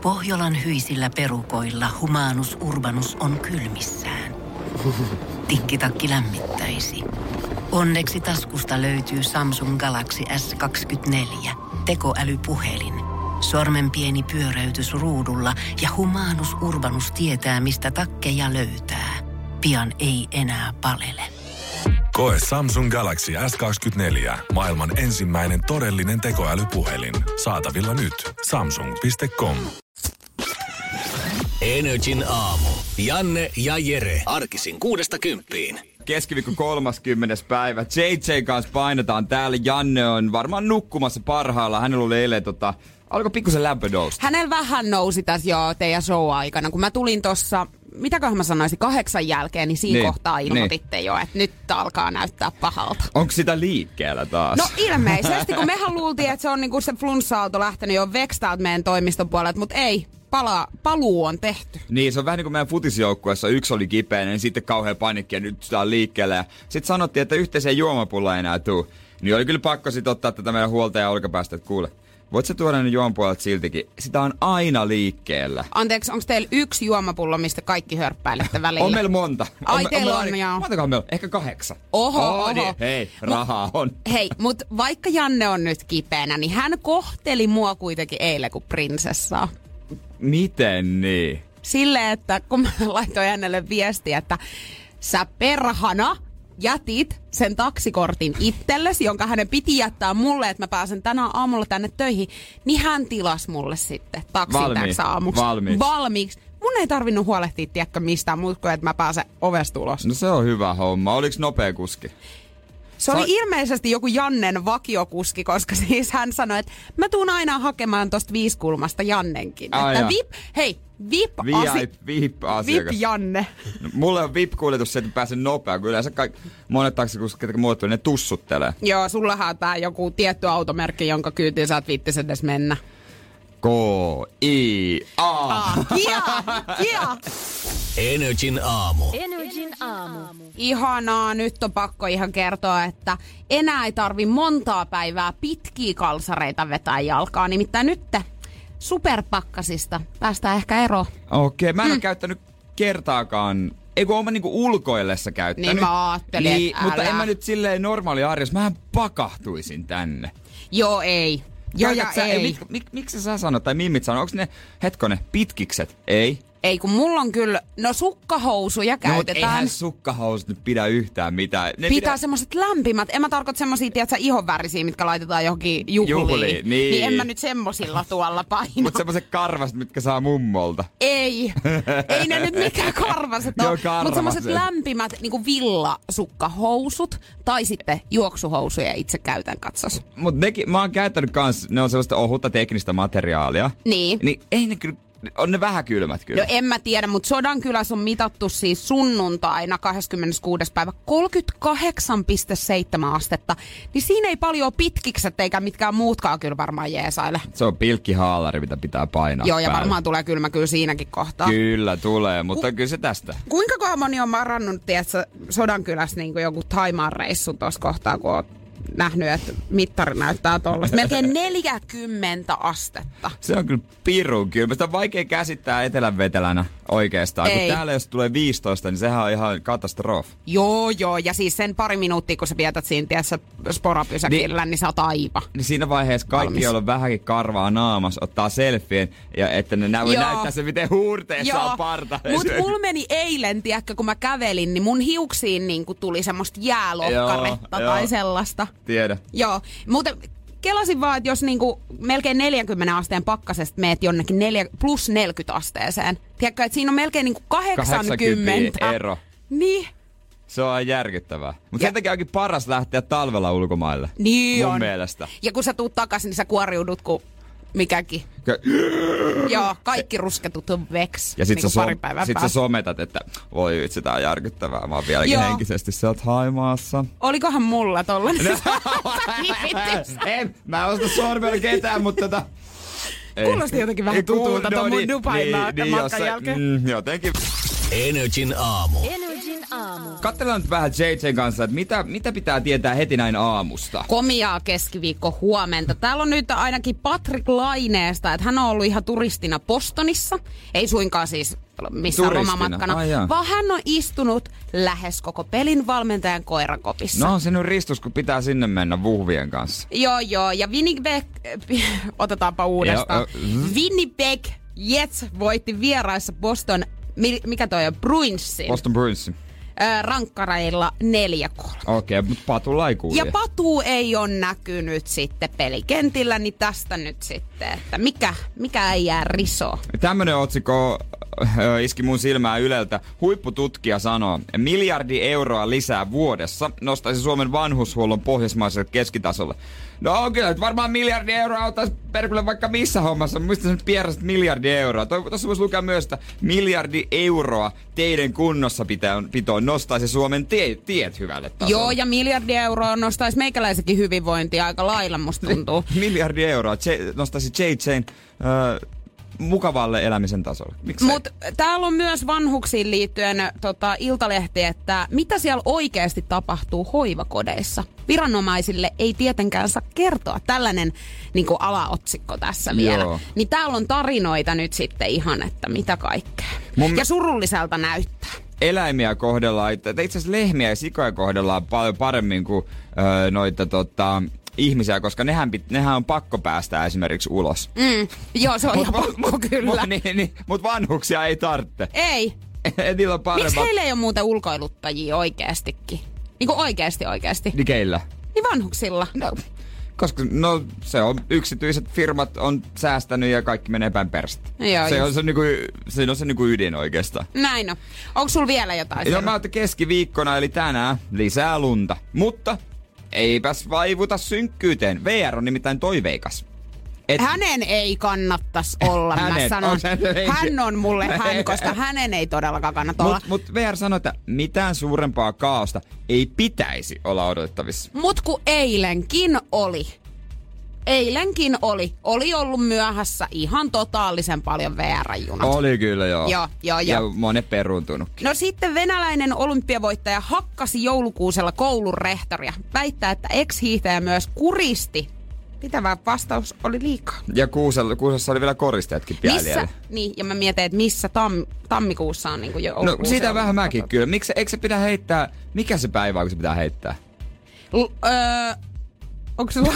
Pohjolan hyisillä perukoilla Humanus Urbanus on kylmissään. Tikkitakki lämmittäisi. Onneksi taskusta löytyy Samsung Galaxy S24. Tekoälypuhelin. Sormen pieni pyöräytys ruudulla ja Humanus Urbanus tietää, mistä takkeja löytää. Pian ei enää palele. Koe Samsung Galaxy S24. Maailman ensimmäinen todellinen tekoälypuhelin. Saatavilla nyt. Samsung.com. Energin aamu. Janne ja Jere. Arkisin 6–10. Keskiviikko 30. päivä. JJ kanssa painetaan täällä. Janne on varmaan nukkumassa parhaillaan. Hänellä oli eilen alkoi pikkusen lämpödousta. Hänellä vähän nousi tässä jo teidän show-aikana. Kun mä tulin tossa, mitäköhän mä sanoisin, 8 jälkeen, niin siinä kohtaa ilmoititte jo, että nyt alkaa näyttää pahalta. Onko sitä liikkeellä taas? No ilmeisesti, kun mehän luultiin, että se on niinku se flunssa-aalto lähtenyt jo vekstaalta meidän toimiston puolelta, mutta ei. Paluu on tehty. Niin, se on vähän niin kuin meidän futisjoukkueessa. Yksi oli kipeä, niin sitten kauhean panikki ja nyt sitä on liikkeellä. Ja sitten sanottiin, että yhteiseen juomapullaan ei enää tuu. Niin oli kyllä pakko sitten ottaa tätä meidän huoltajan olkapäästä, että kuule, voit sä tuoda ne juomapuolet siltikin? Sitä on aina liikkeellä. Anteeksi, onko teillä yksi juomapullo, mistä kaikki hörppäilette välillä? On meillä monta. Ai, teillä on, joo. Montakohan meillä on? Ehkä 8. Oho. Niin, hei, rahaa on. Hei, mutta vaikka Janne on nyt kipeänä, niin hän kohteli mua kuitenkin eilen kuin prinsessaa. Miten niin? Silleen, että kun mä laitoin hänelle viestiä, että sä perhana jätit sen taksikortin itsellesi, jonka hänen piti jättää mulle, että mä pääsen tänään aamulla tänne töihin, niin hän tilasi mulle sitten taksin täksi aamuksi. Valmiiksi. Mun ei tarvinnut huolehtia, tiedäkö, mistään muuta kuin, että mä pääsen ovesta ulos. No se on hyvä homma. Oliko nopea kuski? Se oli ilmeisesti joku Jannen vakiokuski, koska siis hän sanoi, että mä tuun aina hakemaan tosta Viiskulmasta Jannenkin. Että VIP Janne. No, mulle on VIP-kuljetus se, että pääsen nopeaan. Kyllä yleensä monet taksikuskit, jotka muuttuu, ne tussuttelee. Joo, sullahan on tää joku tietty automerkki, jonka kyytiin sä oot viittis edes mennä. K-I-A. Kia. Energin aamu. Ihanaa, nyt on pakko ihan kertoa, että enää ei tarvi montaa päivää pitkiä kalsareita vetää jalkaa. Nimittäin nyt superpakkasista päästään ehkä eroon. Okei, mä en ole käyttänyt kertaakaan. Ei kun oon mä niinku ulkoillessa käyttänyt. Niin mä ajattelin, niin, mutta en mä nyt silleen normaali arjessa. Mähän pakahtuisin tänne. Joo, ei. Miksi sä sanot, tai mimmit sanoo, onko ne, pitkikset? Ei. Ei, kun mulla on kyllä, sukkahousuja käytetään. No, eihän sukkahousut nyt pidä yhtään mitään. Pitää semmoset lämpimät. En mä tarkoita semmosia, tiedätkö, ihonvärisiä, mitkä laitetaan johonkin juhliin. Niin en mä nyt semmosilla tuolla paino. Mut semmoset karvaset, mitkä saa mummolta. Ei ne nyt mikään karvaset ole. Mut semmoset lämpimät niinku villasukkahousut tai sitten juoksuhousuja itse käytän, katsos. Mut mä oon käyttänyt kans, ne on sellaista ohutta teknistä materiaalia. Niin ei ne kyllä. On ne vähän kylmät kyllä. No en mä tiedä, mutta Sodankylässä on mitattu siis sunnuntaina 26. päivä 38,7 astetta. Niin siinä ei paljon pitkikset eikä mitkään muutkaan kyllä varmaan jeesaile. Se on pilkkihaalari, mitä pitää painaa. Joo, ja päälle. Varmaan tulee kylmä kyllä siinäkin kohtaa. Kyllä tulee, mutta kyllä se tästä. Kuinka moni on marannut, tiedätkö, Sodankylässä niin joku Thaimaan reissu tuossa kohtaa, kun oot nähnyt, että mittari näyttää tollaista. Melkein 40 astetta. Se on kyllä pirun kylmä. Sitä on vaikea käsittää etelänvetelänä oikeastaan. Ei. Kun täällä jos tulee 15, niin sehän on ihan katastrofi. Joo. Ja siis sen pari minuuttia, kun sä vietät siinä tiessä sporapysäkillä, niin sä oot aiva. Niin siinä vaiheessa kaikki, joilla on vähänkin karvaa naamassa, ottaa selfien, ja että ne näyttää se, miten huurteessa on parta. Mut mulla meni eilen, tiedätkö, kun mä kävelin, niin mun hiuksiin niin tuli semmoista jäälohkaretta tai sellaista. Tiedä. Joo, mutta kelasin vaan, että jos niinku melkein 40 asteen pakkasesta meet jonnekin plus 40 asteeseen. Tiedätkö, että siinä on melkein niinku 80 ero. Niin. Se on järkyttävää. Mutta sen takia onkin paras lähteä talvella ulkomaille. Niin mun mielestä. Ja kun sä tuut takaisin, niin sä kuoriudut kuin mikäkin. Joo, kaikki rusketut on veks. Ja sit, niin sä sometat, että voi vitsi, tää on järkyttävää. Mä oon vieläkin henkisesti sieltä Haimaassa. Olikohan mulla tollanen? Mä en osta sormella ketään, mutta kuulosti jotenkin vähän tutulta ton mun Dubain matkan jälkeen. Jotenkin. Energin aamu. aamu. Katsellaan nyt vähän JJn kanssa, että mitä pitää tietää heti näin aamusta. Komiaa keskiviikko huomenta. Täällä on nyt ainakin Patrick Laineesta, että hän on ollut ihan turistina Bostonissa. Ei suinkaan siis missään lomamatkana, vaan hän on istunut lähes koko pelin valmentajan koirakopissa. No se nyt ristus, kun pitää sinne mennä vuhvien kanssa. Joo. Ja Winnipeg, otetaanpa uudestaan. Winnipeg Jets voitti vieraissa Boston, mikä toi on, Bruinsin. Boston Bruinsin. Rankkareilla 4-3. Okei, mutta Patulla ei kuule. Ja Patu ei ole näkynyt sitten pelikentillä, niin tästä nyt sitten, että mikä ei jää risoa. Tämmönen otsikko iski mun silmään Yleltä. Huippututkija sanoo, miljardi euroa lisää vuodessa nostaisi Suomen vanhushuollon pohjoismaiselle keskitasolle. No kyllä, että varmaan miljardi euroa auttaisi perkulle vaikka missä hommassa. Mistä sä nyt pieräsit miljardi euroa? Tuossa voisi lukea myös, että miljardi euroa teiden kunnossapitoon nostaisi Suomen tiet hyvälle tasolle. Joo, ja miljardi euroa nostaisi meikäläisenkin hyvinvointia aika lailla, musta tuntuu. Miljardi euroa nostaisi JJn mukavalle elämisen tasolle. Miksei? Mut täällä on myös vanhuksiin liittyen Iltalehti, että mitä siellä oikeasti tapahtuu hoivakodeissa. Viranomaisille ei tietenkään saa kertoa. Tällainen niin kuin alaotsikko tässä vielä. Joo. Niin täällä on tarinoita nyt sitten ihan, että mitä kaikkea. Ja surulliselta näyttää. Eläimiä kohdellaan, itse asiassa lehmiä ja sikoja kohdellaan paljon paremmin kuin noita ihmisiä, koska nehän on pakko päästä esimerkiksi ulos. Joo, se on ihan pakko kyllä. Mutta vanhuksia ei tarvitse. Ei. Niillä on paremmat. Miksi heillä ei ole muuten ulkoiluttajia oikeastikin? Niin kuin oikeasti. Niin keillä? Niin vanhuksilla. No, koska se on yksityiset firmat on säästänyt ja kaikki menee päin perstä. Se on se niinku ydin oikeastaan. Näin on. Onko sulla vielä jotain? Joo, mä oon keskiviikkona eli tänään lisää lunta. Mutta eipäs vaivuta synkkyyteen. VR on nimittäin toiveikas. Hänen ei kannattaisi olla, mä sanon. Hän on mulle hän, koska hänen ei todellakaan kannata olla. Mut VR sanoi, että mitään suurempaa kaaosta ei pitäisi olla odotettavissa. Mut kun eilenkin oli. Oli ollut myöhässä ihan totaalisen paljon VR-junat. Oli kyllä, joo. Joo. Ja monet peruuntunutkin. No sitten venäläinen olympiavoittaja hakkasi joulukuusella koulun rehtoria. Väittää, että ex-hiihtäjä myös kuristi. Pitävä vastaus oli liikaa. Ja kuusessa oli vielä koristeetkin jäljellä. Niin, ja mä mietin, että missä tammikuussa on niin jo. No siitä vähän mäkin kyllä. Eikö se pidä heittää, mikä se päivä on, kun se pitää heittää? Onko sulla...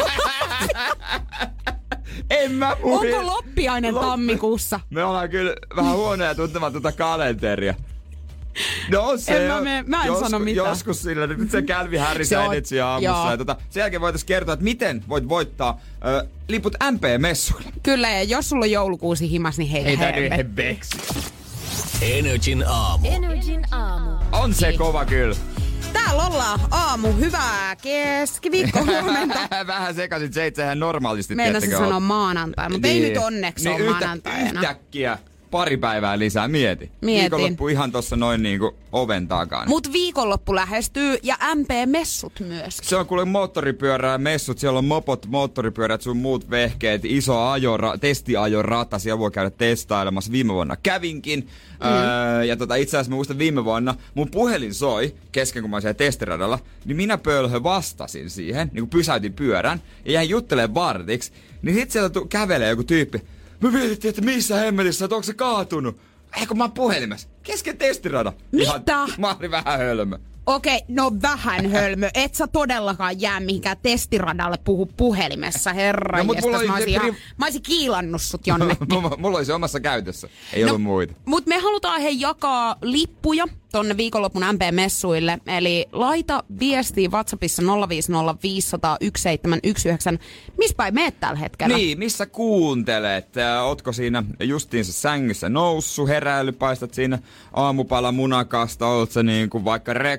En mä muista. Onko loppiainen tammikuussa? Me ollaan kyllä vähän huonoja tuntemaan tuota kalenteria. No se mä en sano mitään. Joskus sillä, nyt se Calvin Harris äänitsi aamussa. Ja sen jälkeen voitaisiin kertoa, että miten voit voittaa liput MP-messuille. Kyllä, ja jos sulla on joulukuusi himas, niin hei herveksi. Energin aamu. On se kova kyllä. Täällä ollaan aamu. Hyvää keskiviikko huomenta. Vähän sekaisin, se itsehän normaalisti. Meinasin sanoa maanantai, mutta ei nyt onneksi ole maanantaina. Yhtäkkiä pari päivää lisää, mieti. Viikonloppu ihan tossa noin niinku oven takana. Mut viikonloppu lähestyy ja MP-messut myös. Se on kuule moottoripyörää messut, siellä on mopot, moottoripyörät, sun muut vehkeet, iso testiajorata, siellä voi käydä testailemassa. Viime vuonna kävinkin. Ja itse asiassa mä muistan viime vuonna, mun puhelin soi kesken kun mä olin siellä testiradalla, niin minä vastasin siihen, niin kun pysäytin pyörän ja jäin juttelemaan vartiksi, niin sit sieltä kävelee joku tyyppi. Me mietittiin, että missä hemmetissä, että onko se kaatunut? Eikö mä oon puhelimessa? Kesken testirada. Mitä? Mä olin vähän hölmö. Okei, no vähän hölmö. Et sä todellakaan jää mihinkään testiradalle puhu puhelimessa, herra. No, mä oisin kiilannut sut jonnekin. Mulla oli se omassa käytössä. Ei ollut muita. Mut me halutaan jakaa lippuja tonne viikonlopun MP-messuille. Eli laita viestiä WhatsAppissa 050 500 1719. Missä päin meet tällä hetkellä? Niin, missä kuuntelet? Ootko siinä justiinsa sängyssä noussut, heräily, paistat siinä aamupala munakasta, oot sä niinku vaikka rekan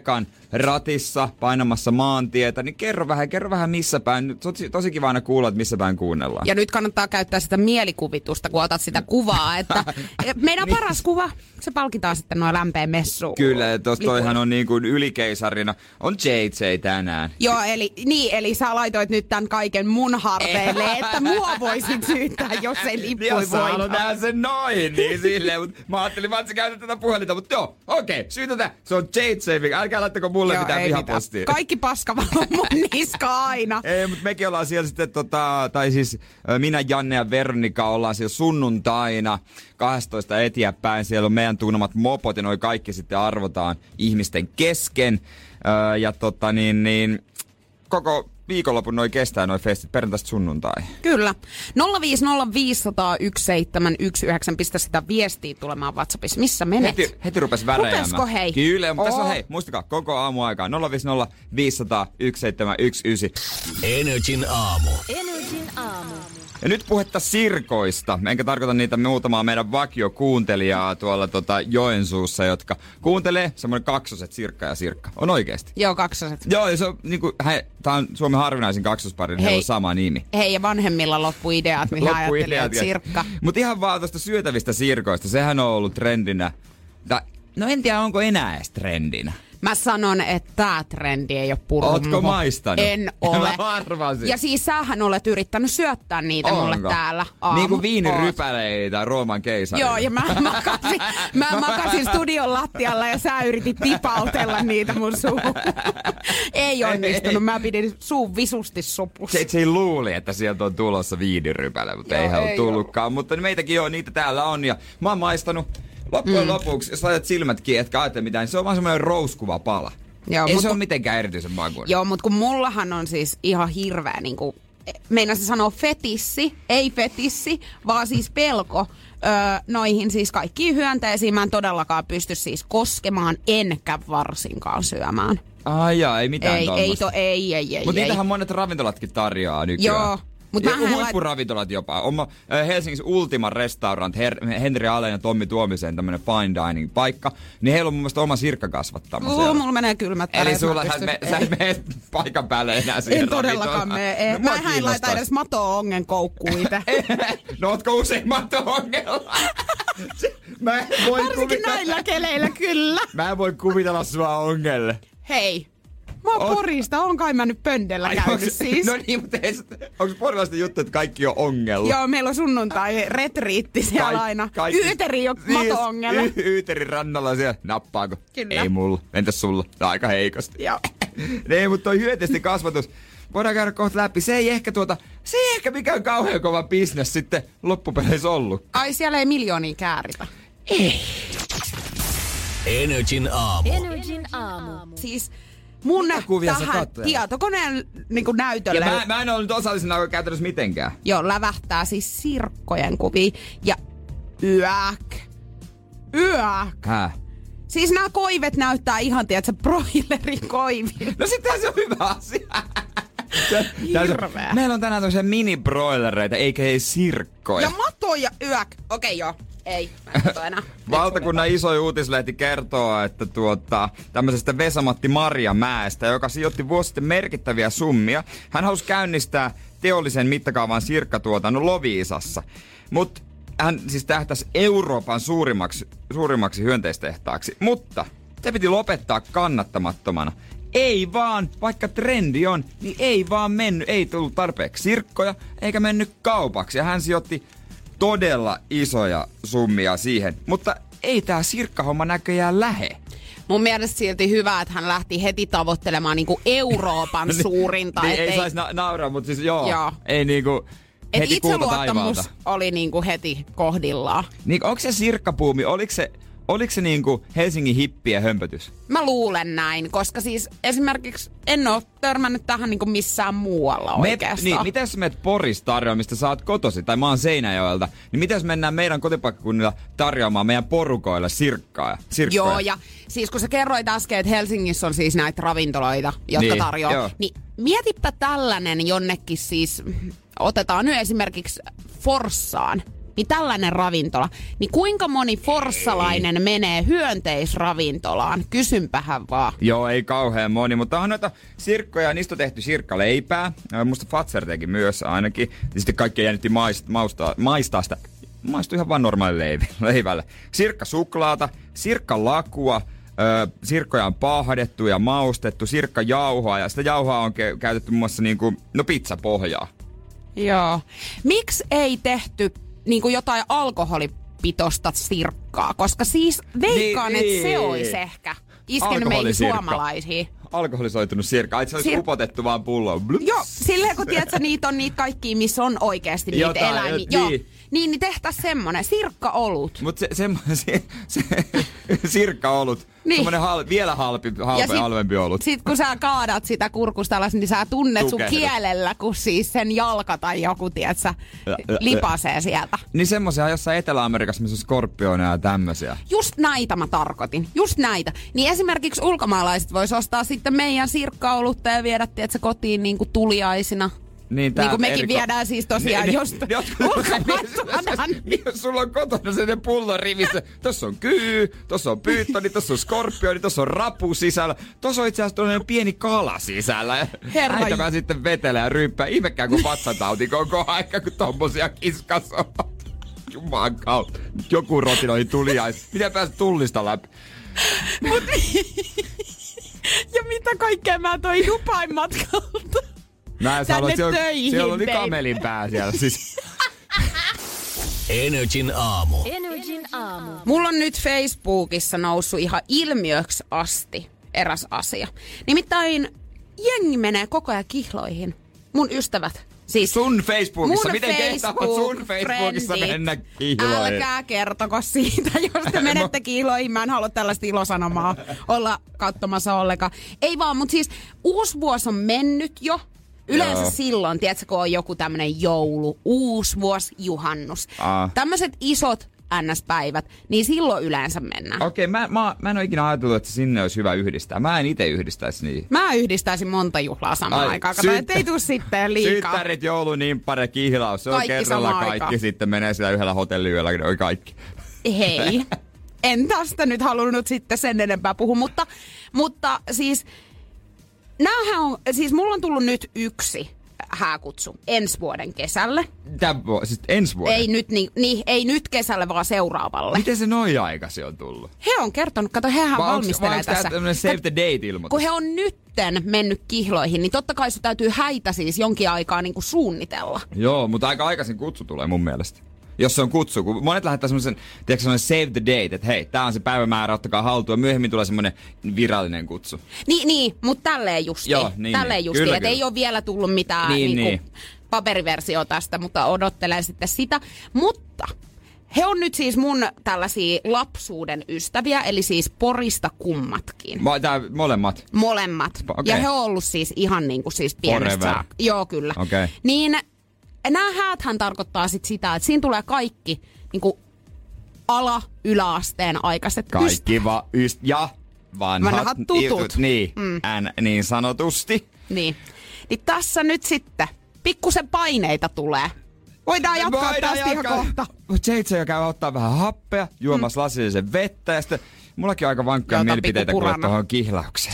ratissa painamassa maantietä, niin kerro vähän missä päin. Tosi kiva aina kuulla, että missä päin kuunnellaan. Ja nyt kannattaa käyttää sitä mielikuvitusta, kun otat sitä kuvaa, että meidän paras kuva, se palkitaan sitten noin lämpeen messuun. Kyllä, toihan on niin kuin ylikeisarina. On JJ tänään. Joo, eli sä laitoit nyt tämän kaiken mun harteille, että mua voisit syyttää, jos ei lippui Jos sä haluat nähdä sen noin, niin silleen. Mutta mä ajattelin vaan, että sä käytät tätä puhelinta. Mutta joo, okei, syytetään. Se on JJ. Älkää laittako mulle mitään vihapostia. Kaikki paskava on mun niska aina. Ei, mutta mekin ollaan siellä sitten, tai siis minä, Janne ja Veronika ollaan siellä sunnuntaina 12 eteenpäin. Siellä on meidän tuunamat mopot ja noi kaikki sitten arvotaan ihmisten kesken. Ja koko viikonlopun noi kestää noi festit perjantaista sunnuntai. Kyllä. 050501719, pistä sitä viestiä tulemaan WhatsAppissa. Missä menet? Heti rupes väreämään. Rupesko hei? Kyllä, mutta tässä on hei. Muistakaa, koko aamu aikaa. 050501719. Energin aamu. Ja nyt puhetta sirkoista. Enkä tarkoita niitä muutamaa meidän vakiokuuntelijaa tuolla Joensuussa, jotka kuuntelee semmoinen kaksoset, Sirkka ja Sirkka. On oikeesti. Joo, kaksoset. Joo, ja se on niinku, tää on Suomen harvinaisin kaksospari, niin heillä on sama nimi. Hei, ja vanhemmilla loppuideat, mihin ajattelin, että Sirkka. Mutta ihan vaan tuosta syötävistä sirkoista, sehän on ollut trendinä. No en tiedä, onko enää edes trendinä. Mä sanon, että tää trendi ei ole purunut. Ootko maistanut? En ole. Mä arvasin. Ja siis sähän olet yrittänyt syöttää niitä mulle täällä aamu. Niin kuin viinirypäleitä Rooman keisarilla. Joo, ja mä makasin studion lattialla ja sä yritit tipautella niitä mun suuhun. Ei onnistunut, mä pidin suun visusti sopussa. Se luuli, että sieltä on tulossa viinirypäle, mutta eihän ole tullutkaan. Mutta meitäkin joo, niitä täällä on ja mä oon maistanut. Loppujen lopuksi, jos laitat silmätkin, etkä ajattele mitään, niin se on vaan semmoinen rouskuva pala. Joo, ei se ole mitenkään erityisen makuinen. Joo, mutta kun mullahan on siis ihan hirveä, niin kuin, meinasin sanoa fetissi, ei fetissi, vaan siis pelko noihin siis kaikkiin hyönteisiin. Mä en todellakaan pysty siis koskemaan, enkä varsinkaan syömään. Ei mitään tommoista. Ei. Mutta niitähän monet ravintolatkin tarjoaa nykyään. Joo. Huippuravintolat jopa. On Helsingissä Ultima Restaurant, Henri Alen ja Tommi Tuomisen tämmönen fine dining paikka. Niin heillä on mun mielestä oma sirkkakasvattamo siellä. Mulla menee kylmät Eli sä et mene paikan päälle enää siihen en todellakaan mene. No, mä en laita edes matoa ongen koukkuun itse. No ootko usein mato-ongella? Varsinkin näillä keleillä, kyllä. Mä en voi kuvitella sua ongelle. Hei. Mä oon Porista, on kai mä nyt pöndellä käynyt siis. No niin, mutta onko porilaista juttu, että kaikki on ongella? Joo, meillä on sunnuntai retriitti siellä aina. Yyteri on mato-ongella. Yyterin rannalla siellä. Nappaako? Kyllä. Ei mulla. Entäs sulla? Aika heikosti. Joo. Ei, mutta toi hyönteisten kasvatus. Voidaan käydä kohta läpi. Se ei ehkä mikään kauhean kova bisnes sitten loppupeleissä ollut. Ai, siellä ei miljoonia kääritä. Ei. Energin aamu. Siis mun tähän tietokoneen niin näytölle. Ja mä en ole nyt osallisena käytännössä mitenkään. Joo, lävähtää siis sirkkojen kuvia. Ja yäk. Hää? Siis nämä koivet näyttää ihan, tiedätkö, broilerikoivia. No sittenhän se on hyvä asia. Hirveä. Meillä on tänään tämmöisiä mini-broilereita, eikä ei sirkkoja. Ja matoja yäk. Okei, joo. Ei, mä en katso enää. Valtakunnan isoin uutislehti kertoo, että tämmöisestä Vesa-Matti Marjamäestä, joka sijoitti vuosi sitten merkittäviä summia. Hän halusi käynnistää teollisen mittakaavan sirkkatuotannon Loviisassa. Mutta hän siis tähtäsi Euroopan suurimmaksi hyönteistehtaaksi. Mutta se piti lopettaa kannattamattomana. Ei vaan, vaikka trendi on, niin ei vaan mennyt. Ei tullut tarpeeksi sirkkoja, eikä mennyt kaupaksi. Ja hän sijoitti todella isoja summia siihen, mutta ei tää sirkkahomma näköjään lähe. Mun mielestä silti hyvä, että hän lähti heti tavoittelemaan niinku Euroopan suurinta. Niin, ei saisi nauraa, mutta siis joo. Ei niinku heti kulta taivaalta. Oli niinku heti kohdillaan. Niin, onko se sirkkapuumi, oliko se niinku Helsingin hippien hömpötys? Mä luulen näin, koska siis esimerkiksi en oo törmännyt tähän niinku missään muualla oikeastaan. Niin, mitä jos menet Porista tarjoamaan, mistä sä oot kotosi, tai mä oon Seinäjoelta, niin mitä jos mennään meidän kotipaikkakunnilla tarjoamaan meidän porukoille sirkkoja? Joo, ja siis kun sä kerroit äsken, että Helsingissä on siis näitä ravintoloita, jotka tarjoaa, niin mietipä tällainen jonnekin siis, otetaan nyt esimerkiksi Forssaan. niin tällainen ravintola. Niin kuinka moni forssalainen menee hyönteisravintolaan? Kysynpähän vaan. Joo, ei kauhean moni, mutta on noita sirkkoja, niistä on tehty sirkkaleipää. Musta Fatser teki myös ainakin. Ja sitten kaikki jännitti maistaa sitä. Maistui ihan vaan normaali leivällä. Sirkkasuklaata, sirkkalakua, sirkkoja on paahdettu ja maustettu, sirkkajauhoa ja sitä jauhoa on käytetty muun muassa niinku, pizzapohjaa. Joo. Miksi ei tehty niinku jotain alkoholipitoista sirkkaa? Koska siis veikkaan, että se olisi ehkä iskenyt meihin suomalaisiin. Alkoholisoitunut sirkka. Ai se olisi upotettu vaan pulloon. Blups. Joo, silleen kun tiedätkö, niitä on niitä kaikkia, missä on oikeasti niitä eläimiä. Joo. Niin tehtäis semmonen sirkka-olut. Mut se sirkka-olut, niin. Semmonen vielä halvempi olut. Sit kun sä kaadat sitä kurkusta alas, niin sä tunnet sun kielellä, kun siis sen jalka tai joku, tiedätkö, lipasee sieltä. Niin semmosia jossain Etelä-Amerikassa, missä on skorpioneja ja tämmösiä. Just näitä mä tarkoitin, just näitä. Niin esimerkiksi ulkomaalaiset vois ostaa sitten meidän sirkka-olutta ja viedä, tiedätkö, kotiin niinku tuliaisina. Niin kuin mekin viedään siis tosiaan just Jos sulla on kotona sellainen pullon rivissä, tossa on kyy, tossa on pyyttoni, tossa on skorpioni, tossa on rapu sisällä, tossa on itse asiassa tollainen pieni kala sisällä. Äitä mä sitten vetelee ja ryyppää. Ihmekään kun vatsatauti koko aika, kun tommosia kiskas on. Juman kautta. Joku rotinoi tuliais. Miten pääset tullista läpi? Ja mitä kaikkea mä toin Dubain matkalta? Siellä oli kamelin pää siellä siis. Energin aamu. Mulla on nyt Facebookissa noussut ihan ilmiöksi asti eräs asia. Nimittäin jengi menee koko ajan kihloihin. Mun ystävät. Siis sun Facebookissa? Miten kehtaavat sun Facebookissa mennä kihloihin? Älkää kertoko siitä, jos te menette kihloihin. Mä en halua tällaista ilosanomaa olla katsomassa ollenkaan. Ei vaan, mutta siis uusi vuosi on mennyt jo. Yleensä silloin, tiedätkö, kun on joku tämmönen joulu, uusi vuosi, juhannus. Tämmöiset isot NS-päivät, niin silloin yleensä mennään. Okei, mä en ole ikinä ajatellut, että sinne olisi hyvä yhdistää. Mä en itse yhdistäisi niin. Mä yhdistäisin monta juhlaa samaan aikaan. Kato, ettei tuu sitten liikaa. Syyttärit, joulu, nimppare, kihlaus. Se on kerralla kaikki. Sitten menee siellä yhdellä hotelliyöllä, ne on kaikki. Hei, en tästä nyt halunnut sitten sen enempää puhua, mutta siis... Näähän on, siis mulla on tullut nyt yksi hääkutsu ensi vuoden kesälle. Siis ensi vuoden? Ei nyt kesälle, vaan seuraavalle. Miten se noin aikaisin on tullut? He on kertonut, kato, hehän valmistelee tässä. Onko save the date-ilmoitus? Kun he on nytten mennyt kihloihin, niin totta kai sun täytyy häitä siis jonkin aikaa niin kuin suunnitella. Joo, mutta aika aikaisin kutsu tulee mun mielestä. Jos se on kutsu, kun monet lähettää semmoisen save the date, että hei, tää on se päivämäärä, ottakaa haltuun. Myöhemmin tulee semmoinen virallinen kutsu. Niin, mutta tälleen justiin. Joo, tälleen justiin, että ei ole vielä tullut mitään paperiversiota tästä, mutta odottelen sitten sitä. Mutta he on nyt siis mun tällaisia lapsuuden ystäviä, eli siis Porista kummatkin. Molemmat? Molemmat. Okay. Ja he on ollut siis ihan niinku siis pienestä saakka. Joo, kyllä. Okay. Niin... Nämä hääthän tarkoittaa sit sitä, että siinä tulee kaikki niinku yläasteen aikaiset kaikki ja vanhat tutut. Niin, niin sanotusti. Niin tässä nyt sitten pikkusen paineita tulee. Voidaan jatkaa tästä ihan kohta. Seitsemän käy ottaa vähän happea, juomassa lasillisen vettä ja sitten mullakin on aika vankkoja mielipiteitä kuule tuohon kihlaukseen.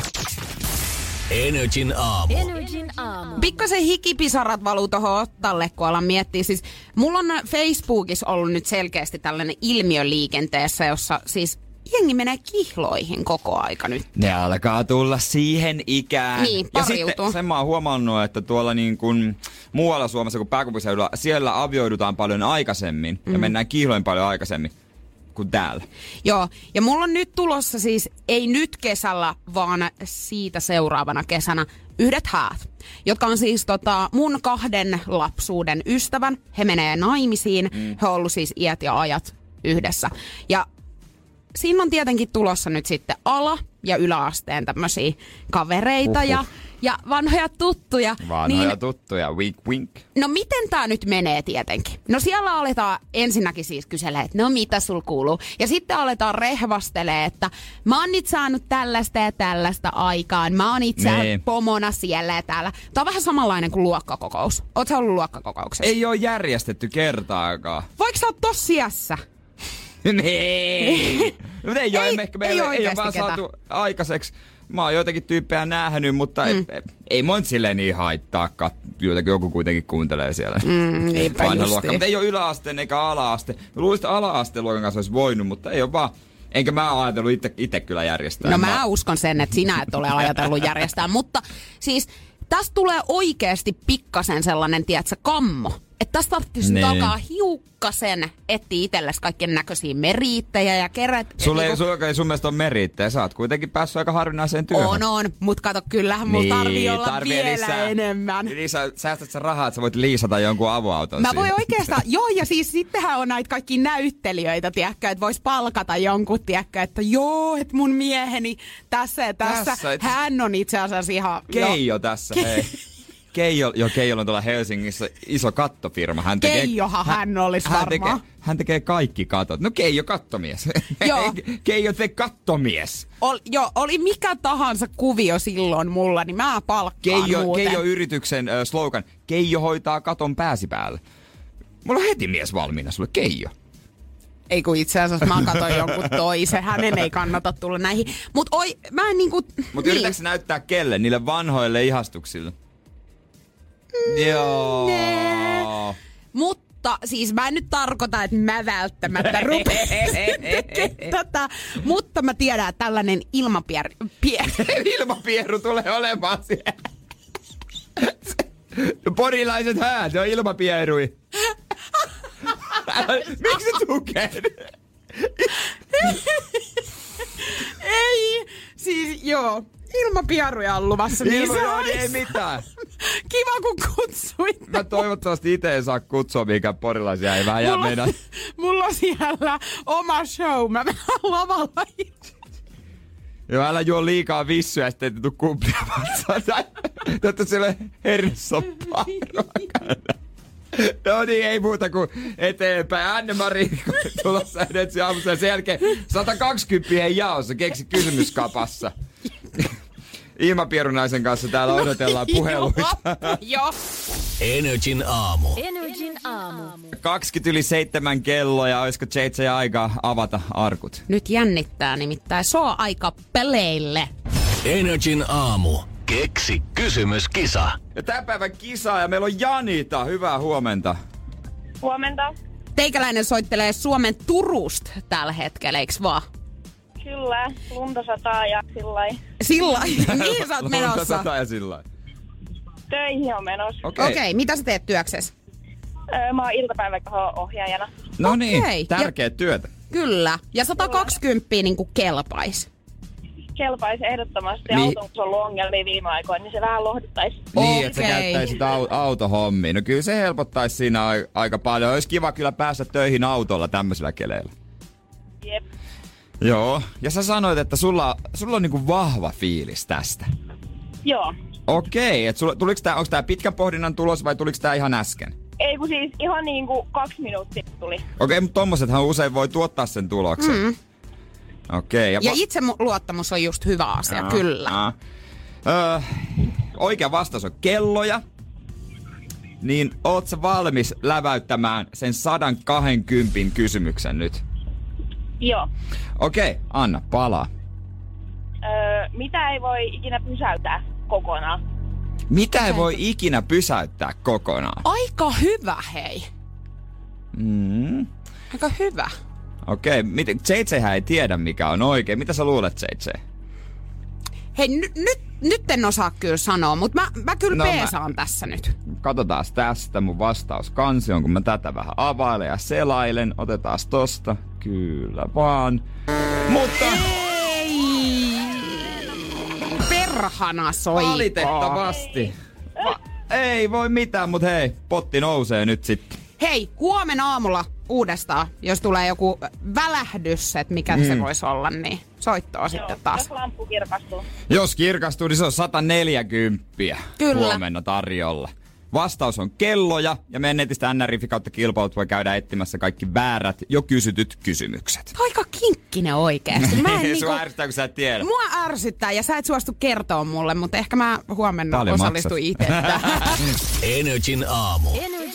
Energin aamu. Pikkasen hikipisarat valuu tohon ottalle, kun alan miettiä. Siis, mulla on Facebookissa ollut nyt selkeästi tällainen ilmiö liikenteessä, jossa siis jengi menee kihloihin koko aika nyt. Ne alkaa tulla siihen ikään. Niin, pariutuu. Ja sitten sen mä oon huomannut, että tuolla niin kuin muualla Suomessa kuin pääkaupunkiseudulla, siellä avioidutaan paljon aikaisemmin ja mennään kihloin paljon aikaisemmin kuin täällä. Joo, ja mulla on nyt tulossa siis, ei nyt kesällä, vaan siitä seuraavana kesänä yhdet häät, jotka on siis mun 2 lapsuuden ystävän. He menee naimisiin, he on ollut siis iät ja ajat yhdessä. Ja siinä on tietenkin tulossa nyt sitten ala- ja yläasteen tämmöisiä kavereita ja vanhoja tuttuja. Vanhoja tuttuja, wink wink. No miten tää nyt menee tietenkin? No siellä aletaan ensinnäkin siis kyselee, että no mitä sul kuuluu? Ja sitten aletaan rehvastelee, että mä oon nyt saanut tällaista ja tällaista aikaan. Mä oon itse pomona siellä ja täällä. Tää on vähän samanlainen kuin luokkakokous. Oot sä ollut luokkakokouksessa? Ei oo järjestetty kertaakaan. Voiko sä olla tossa iässä? Ei. Mutta ei ole vaan saatu aikaiseksi. Mä oon joitakin tyyppejä nähnyt, mutta ei mun silleen niin haittaa. Joku kuitenkin kuuntelee siellä. Vanha luokka. Mutta ei ole yläasteen eikä ala-aste. Mä luulisin, että ala-asteen luokan kanssa olisi voinut, mutta ei ole vaan. Enkä mä ajatellut itse kyllä järjestää. No mä uskon sen, että sinä et ole ajatellut järjestää. Mutta siis tästä tulee oikeasti pikkasen sellainen, tiedätkö, kammo. Että tästä tarvitsisi alkaa hiukkasen etsiä itsellesi kaikkien näköisiä meriittejä ja kerät. Sulla ei sun mielestä ole meriittejä. Sä oot kuitenkin päässyt aika harvinaiseen työhön. On. Mut kato, kyllähän mulla tarvii olla vielä lisää enemmän. Säästät sä rahaa, että sä voit liisata jonkun avoauton Mä voin oikeastaan, ja siis sittenhän on näitä kaikki näyttelijöitä, tiedätkö, että vois palkata jonkun, tiedätkö, että että mun mieheni tässä ja tässä. Hän on itse asiassa ihan... Keijo tässä, hei. Keijolla on tuolla Helsingissä iso kattofirma. Hän olisi varmaan. Hän tekee kaikki katot. No Keijo kattomies. Joo. Keijo te kattomies. Oli mikä tahansa kuvio silloin mulla, niin mä palkkaan muuten. Keijo-yrityksen slogan. Keijo hoitaa katon pääsi päälle. Mulla on heti mies valmiina sulle, Keijo. Ei kun itse asiassa mä katsoin jonkun toisen. Hänen ei kannata tulla näihin. Mut mä en niinku... Mut yritätkö näyttää kelle? Niille vanhoille ihastuksille? Joo. Mutta siis mä en nyt tarkoita, että mä välttämättä rupean tätä. Mutta mä tiedän, että tällainen ilmapieru tulee olemaan siellä. Porilaiset se on ilmapierui. Miksi tukee? Ei, siis joo. Ilmapieruja on luvassa. Niin ei mitään. Kiva kun kutsuit. Mä toivottavasti itse en saa kutsua mihinkään porilaisia. Ei vähän jää meidän. Mulla on siellä oma show. Mä vähän lavalla itse. Joo, älä juo liikaa vissyä ja sitten ei tuu kumplia vatsaan. Totta siellä hernesoppaa ruokana. No niin, ei muuta kuin eteenpäin. Anne-Mari tulossa edes aamussa ja sen jälkeen 120 jaossa. Keksi kysymyskapassa. Ilmapierunaisen kanssa täällä odotellaan puheluita. Joo. Energin aamu. 7:20 kello ja olisiko JJ aika avata arkut? Nyt jännittää nimittäin. Se on aika peleille. Energin aamu. Keksi kysymyskisa. Ja tämän päivän kisa ja meillä on Janita. Hyvää huomenta. Huomenta. Teikäläinen soittelee Suomen Turusta tällä hetkellä, eiks vaan? Kyllä, lunta sataa ja sillai. Sillai? Mihin sä oot menossa? Lunta sataa ja sillai. Töihin on menossa. Okei, mitä sä teet työksessä? Mä oon iltapäiväkoho-ohjaajana. No niin, tärkeä työtä. Kyllä, ja 120 niinku kelpais. Kelpaisi ehdottomasti. Auton, kun on ollut ongelmia viime aikoina, niin se vähän lohduttaisi. Niin, että sä käyttäisit autohommia. No kyllä se helpottaisi siinä aika paljon. Olisi kiva kyllä päästä töihin autolla tämmöisillä keleillä. Jep. Joo, ja sä sanoit, että sulla on niinku vahva fiilis tästä. Joo. Okei, että onko tää pitkän pohdinnan tulos vai tuliko tää ihan äsken? Ei kun siis ihan niinku 2 minuuttia tuli. Okei, mutta tommosethan usein voi tuottaa sen tuloksen. Okei. Ja itseluottamus on just hyvä asia, kyllä. Oikea vastaus on kelloja. Niin oot sä valmis läväyttämään sen 120 kysymyksen nyt? Joo. Okei, anna palaa. Mitä ei voi ikinä pysäyttää kokonaan? Mitä ei voi ikinä pysäyttää kokonaan? Aika hyvä, hei. Aika hyvä. Okei, JJhän ei tiedä mikä on oikein. Mitä sä luulet, JJ? Hei, nyt en osaa kyllä sanoa, mutta mä kyllä peesaan tässä nyt. Katsotaan tästä mun vastauskansion, kun mä tätä vähän availen ja selailen. Otetaan tosta. Kyllä vaan. Mutta... Ei! Perhana soikoo. Valitettavasti. Ei voi mitään, mutta hei, potti nousee nyt sitten. Hei, huomenna aamulla uudestaan, jos tulee joku välähdys, että mikä se voisi olla, niin soittoa sitten taas. Jos lamppu kirkastuu. Jos kirkastuu, niin se on 140 Kyllä. huomenna tarjolla. Vastaus on kelloja, ja meidän netistä NRIFI kautta kilpailut voi käydä etsimässä kaikki väärät, jo kysytyt kysymykset. Aika kinkkinen oikeesti. Mä en Sua ärsyttää, kun sä et tiedä. Mua ärsyttää, ja sä et suostu kertoa mulle, mutta ehkä mä huomenna Paljon osallistun itse. Energin aamu.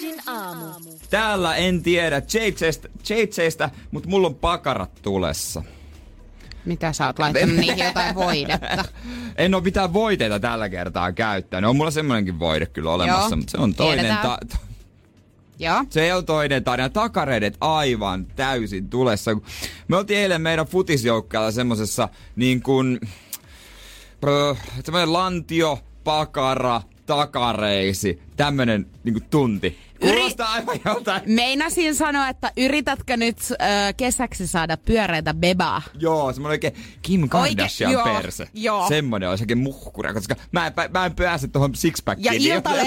Täällä en tiedä JJstä, mutta mulla on pakarat tulessa. Mitä sä oot laittanut niihin jotain voidetta? En oo mitään voiteita tällä kertaa käyttänyt. On mulla semmonenkin voide kyllä olemassa, Joo, mutta se on toinen Joo. Se on toinen tarina. Takareidet aivan täysin tulessa. Me oltiin eilen meidän futisjoukkaalla semmosessa niin kuin semmoinen lantio, pakara, takareisi, tämmönen niin kuin tunti. Kuulostaa aivan joltain. Meinasin sanoa, että yritätkö nyt kesäksi saada pyöreitä bebaa? Joo, semmoinen oikein Kim Kardashian perse. Joo. Semmoinen olisi oikein muhkura, koska mä en pääse tuohon sixpackiin.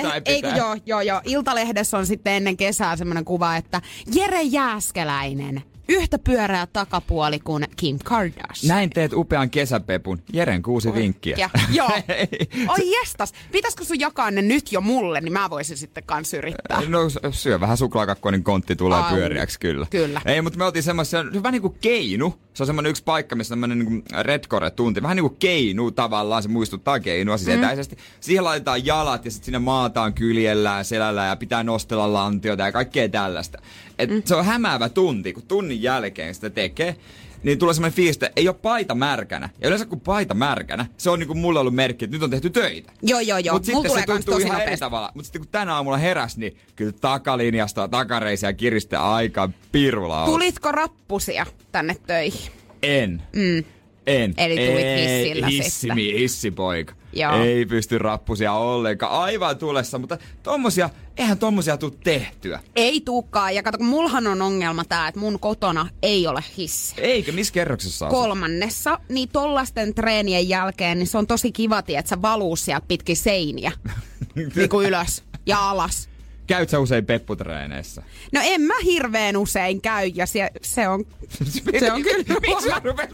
Ja Iltalehdessä on sitten ennen kesää semmoinen kuva, että Jere Jääskeläinen. Yhtä pyöreä takapuoli kuin Kim Kardashian. Näin teet upean kesäpepun. Jeren 6 vinkkiä. Joo. Oi jestas. Pitäisikö sun jakaa ne nyt jo mulle, niin mä voisin sitten kans yrittää. No syö vähän suklaakakkoa, niin kontti tulee pyöriäksi kyllä. Kyllä. Ei, mutta me oltiin semmoisia, vähän niin kuin keinu. Se on semmoinen yksi paikka, missä semmoinen niin redcore-tunti. Vähän niin kuin keinu tavallaan, se muistuttaa keinua siis etäisesti. Siihen laitetaan jalat ja sitten sinne maataan kyljellään, selällään ja pitää nostella lantiota ja kaikkea tällaista. Se on hämäävä tunti, kun tunnin jälkeen sitä tekee. Niin tulee semmoinen fiilis, että ei ole paita märkänä. Ja yleensä kun paita märkänä, se on niinku mulle ollut merkki, että nyt on tehty töitä. Joo. Mutta sitten tulee se tuntuu tosi ihan eri nopeasti. tavalla. Mutta sitten kun tänä aamulla heräs, niin kyllä takalinjasta takareisiä kiristää aika pirula. Tulitko rappusia tänne töihin? En. Eli tulit hissillä sitten. Hissipoika. Joo. Ei pysty rappusia ollenkaan. Aivan tulessa, mutta eihän tommosia tuu tehtyä. Ei tuukaan. Ja kato, kun mullahan on ongelma tää, että mun kotona ei ole hissi. Eikö? Missä kerroksessa asut? 3. Niin tollasten treenien jälkeen, niin se on tosi kiva, että sä valuu sieltä pitkin seiniä. Niinku ylös ja alas. Käyt sä usein pepputreeneissä? No en mä hirveän usein käy, ja se on kyllä... Miksi sä rupet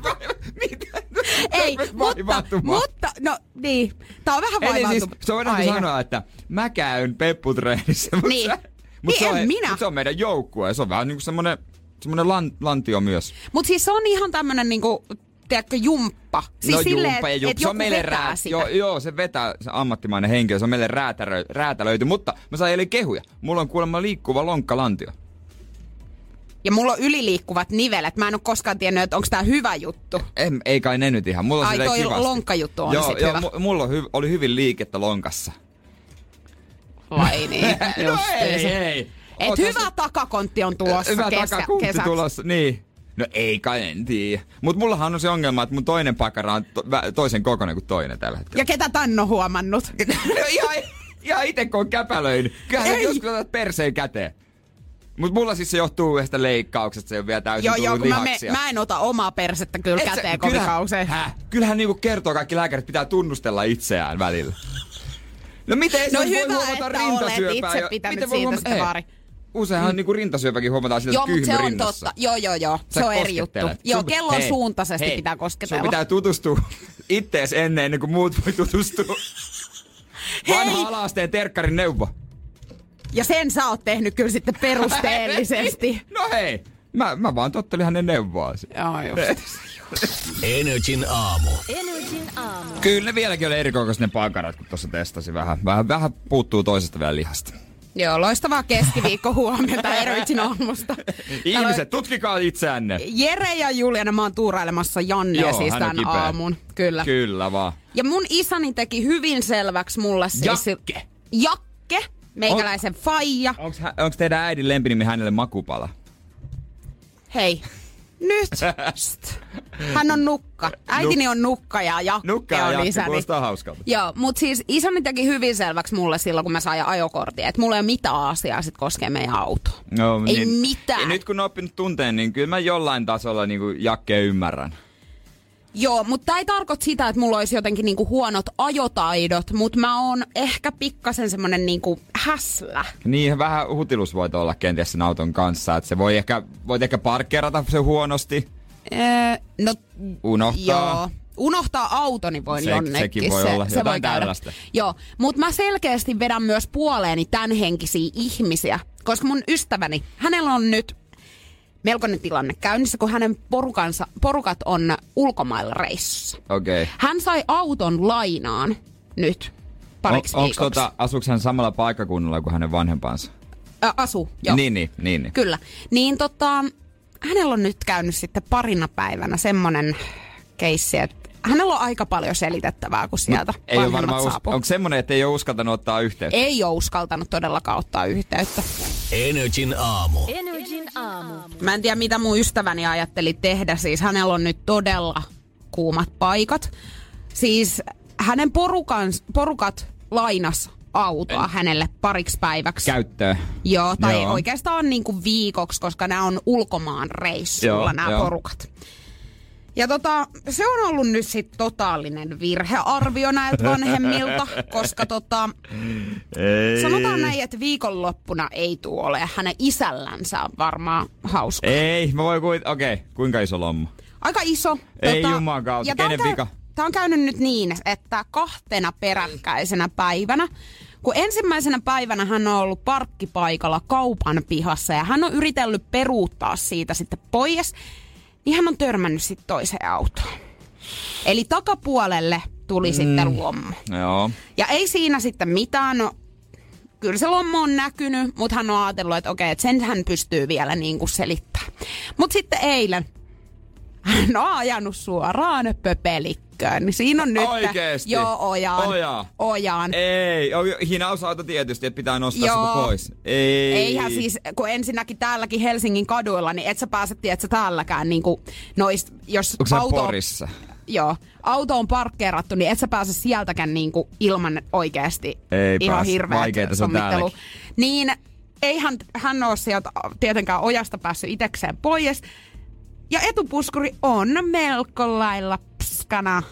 Ei, mutta, no niin, tää on vähän vaivaantunut. Siis, se voidaan sanoa, että mä käyn pepputreenissä, Niin. mutta se on meidän joukkue, se on vähän niinku semmonen lantio myös. Mut siis se on ihan tämmönen niinku, tiedätkö, jumppa. Siis no silleen, jumppa ja että jumppa. joku vetää sitä. Joo, se vetää, se ammattimainen henkilö, se on meille räätälöity, mutta mä sain eilen kehuja. Mulla on kuulemma liikkuva lonkkalantio. Ja mulla on yliliikkuvat nivelet. Mä en oo koskaan tiennyt, että onko tää hyvä juttu. Ei kai ne nyt ihan. Mulla on toi kivasti. lonkkajuttu on sit hyvä. Mulla oli hyvin liikettä lonkassa. Vai niin, No ei. Et hyvä takakontti on tulossa Hyvä takakontti kesäksi. tulossa, niin. No ei kai, en tiedä. Mut mullahan on se ongelma, että mun toinen pakara on toisen kokoinen kuin toinen tällä hetkellä. Ja ketä tän on huomannut? No ihan ite kun on käpälöinyt. Kyllähän joskus otat perseen käteen. Mut mulla siis se johtuu yhdestä leikkauksesta, se on vielä täysin tullut lihaksia. Mä en ota omaa persettä kyllä käteen kovin kausein. Kyllähän niinku kertoo kaikki lääkärit, pitää tunnustella itseään välillä. No miten No se hyvä, voi huomata että rintasyöpää? olet itse pitänyt siitä sitä vaari. Useinhan niinku rintasyöpäkin huomataan sillä, että kyhmy rinnassa. Mutta se on totta. Joo. Se on eri juttu. Joo, kellon suuntaisesti pitää kosketella. Sun pitää tutustua ittees ennen kuin muut voi tutustua. Vanha ala-asteen terkkarin neuvo. Ja sen sä oot tehnyt kyllä sitten perusteellisesti. No hei, mä vaan tottelin hänen neuvoasi. Joo, just. Energin aamu. Kyllä ne vieläkin oli erikokoiset ne pakarat, kun tuossa testasi vähän. Vähän puuttuu toisesta vielä lihasta. Joo, loistavaa keskiviikko huomenta Energin aamusta. Ihmiset, tutkikaa itseänne. Jere ja Juliana, mä oon tuurailemassa Jannea siis tän aamun. Kyllä. Kyllä vaan. Ja mun isäni teki hyvin selväksi mulle siis... Jakke. Meikäläisen faija. Onks teidän äidin lempinimi hänelle makupala? Hei. Nyt. Hän on Nukka. Äitini on Nukka ja Jakke on isäni. Kuulostaa hauskalta. Joo, mut siis isäni teki hyvin selväksi mulle silloin, kun mä sain ajokortin, että mulla ei ole mitään asiaa sit koskee meidän autoa. No, ei niin, mitään. Ja nyt kun on oppinut tunteen, niin kyllä mä jollain tasolla niin kuin Jakke ymmärrän. Joo, mutta tämä ei tarkoita sitä, että mulla olisi jotenkin niinku huonot ajotaidot, mutta mä oon ehkä pikkasen semmonen niinku häslä. Niin, vähän hutilus voit olla kenties sen auton kanssa, että se voit ehkä parkkeerata se huonosti. No, unohtaa. Joo. Unohtaa autoni voin jonnekin. Sekin voi olla jotain voi tällaista. Joo, mutta mä selkeästi vedän myös puoleeni tämän henkisiä ihmisiä, koska mun ystäväni, hänellä on nyt melkoinen tilanne käynnissä, kun hänen porukat on ulkomailla reissussa. Okei. Hän sai auton lainaan nyt pariksi viikoksi. Asuuko hän samalla paikkakunnalla kuin hänen vanhempansa? Asuu, joo. Niin. Kyllä. Niin hänellä on nyt käynyt sitten parina päivänä semmonen keissi, että hänellä on aika paljon selitettävää, kun sieltä vanhemmat saapuu. Onko semmoinen, että ei ole uskaltanut ottaa yhteyttä? Ei ole uskaltanut todellakaan ottaa yhteyttä. Energin aamu. Mä en tiedä, mitä mun ystäväni ajatteli tehdä. Siis hänellä on nyt todella kuumat paikat. Siis hänen porukat lainas autoa hänelle pariksi päiväksi. Käyttöön. Joo, tai oikeastaan niinku viikoksi, koska nämä on ulkomaan reissulla nämä porukat. Ja se on ollut nyt sit totaalinen virhearvio näiltä vanhemmilta, koska sanotaan näin, että viikonloppuna ei tule ole hänen isällänsä varmaan hauska. Ei, mä voin kuinka iso lomma? Aika iso. Ei juman kautta, kenen vika? Tää on käynyt nyt niin, että 2 peräkkäisenä päivänä, kun ensimmäisenä päivänä hän on ollut parkkipaikalla kaupan pihassa ja hän on yritellyt peruuttaa siitä sitten pois, niin hän on törmännyt sitten toiseen autoon. Eli takapuolelle tuli sitten lommo. Joo. Ja ei siinä sitten mitään, no kyllä se lommo on näkynyt, mutta hän on ajatellut, että okei, että sen hän pystyy vielä niin kuin selittämään. Mutta sitten eilen hän on ajanut suoraan pöpelikköön. Niin siinä on nyt... Oikeesti? Joo, ojaan. Ei, hinausauto tietysti, että pitää nostaa sitä pois. Ei. Eihän siis, kun ensinnäkin täälläkin Helsingin kaduilla, niin et sä pääse, tiedätkö, täälläkään niinku noista, jos onko Porissa? Joo, auto on parkkeerattu, niin et sä pääse sieltäkään niinku ilman oikeasti ihan hirveät sommittelu. Niin eihän hän ole sieltä tietenkään ojasta päässyt itekseen pois. Ja etupuskuri on melko lailla pskana.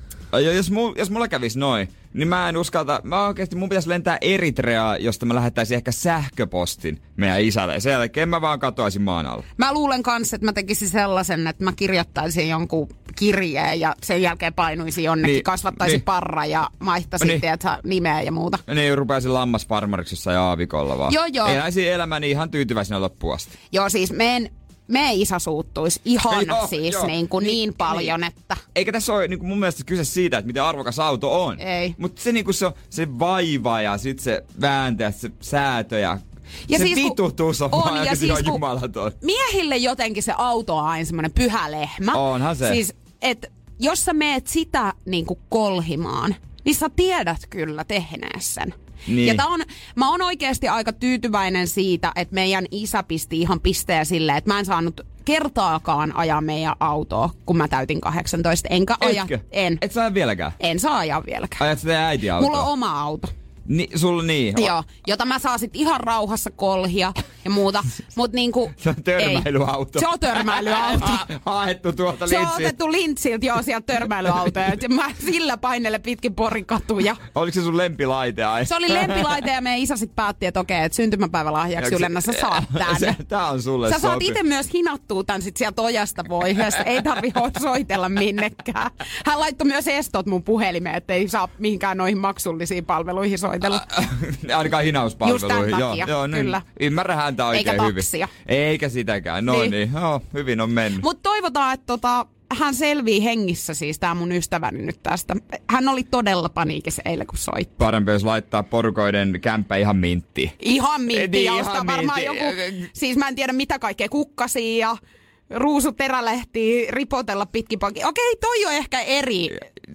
Jos mulla kävisi noin, niin mä en uskalta. Mun pitäisi lentää Eritreaan, josta mä lähettäisin ehkä sähköpostin meidän isälle. Ja sen jälkeen mä vaan katoaisin maan alla. Mä luulen kanssa, että mä tekisin sellaisen, että mä kirjoittaisin jonkun kirjeen ja sen jälkeen painuisin jonnekin, kasvattaisin parra ja vaihtaisin nimeä ja muuta. Niin, rupeaisin lammasfarmariksi jossain aavikolla vaan. Joo. Eläisin elämäni ihan tyytyväisenä loppuun asti. Joo, siis meidän isä suuttuisi ihan niin paljon, että... Eikä tässä ole niin mun mielestä kyse siitä, että miten arvokas auto on. Ei. Mutta se, niin se vaiva ja sit se vääntö ja se säätö ja se siis, vitutus on vaan ja siis, jumalaton. Miehille jotenkin se auto on aina semmoinen pyhä lehmä. Onhan se. Siis, että jos sä meet sitä niinku kolhimaan, niin sä tiedät kyllä tehnees sen. Niin. Ja mä oon oikeasti aika tyytyväinen siitä, että meidän isä pisti ihan pisteen silleen, että mä en saanut kertaakaan ajaa meidän autoa, kun mä täytin 18. Enkä aja. En. Et saa vieläkään? En saa ajaa vieläkään. Ajat sitä äiti autoa? Mulla on oma auto. Sulla niin? Joo, jota mä saan sit ihan rauhassa kolhia ja muuta. Mut niinku... Se on törmäilyauto. Se on törmäilyauto. Haettu tuolta Lintsiltä. Se on otettu Lintsiltä, sieltä törmäilyautoja. Mä sillä painelle pitkin Porin katuja. Oliko se sun lempilaite? Se oli lempilaite ja meidän isä sit päätti, että okei, että syntymäpäivälahjaksi Ylennä sä saat tän. Tää on sulle sä saat ite myös hinattua tän sit sieltä ojasta pois. Ei tarvi soitella minnekään. Hän laittoi myös estot mun puhelimeen, ettei saa mihinkään noihin maksullisiin palveluihin soitella. Ainakaan hinauspalveluihin. Just tämän takia, joo, kyllä. Ymmärrän häntä oikein eikä hyvin. Taksia. Eikä sitäkään. Niin. Joo, hyvin on mennyt. Mut toivotaan, että hän selvii hengissä siis, tää mun ystäväni nyt tästä. Hän oli todella paniikissa eilen, kun soitti. Parempi jos laittaa porukoiden kämppä ihan minttiin. Ihan minttiin, ja ostaa varmaan joku, siis mä en tiedä mitä kaikkea, kukkasia ja ruusuterälehtiä ripotella pitkin poikin. Okei, toi on ehkä eri.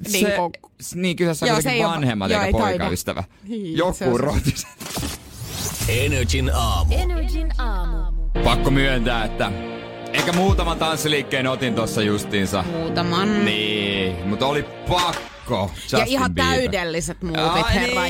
Niin, kyllä se on kuitenkin vanhemmat eikä poikaystävä. Joku rotis. Energin aamu. Pakko myöntää, että ehkä muutaman tanssiliikkeen otin tossa justiinsa. Muutaman. Niin, mutta oli pakko. Justin ja ihan Bieber. Täydelliset muuvit, herra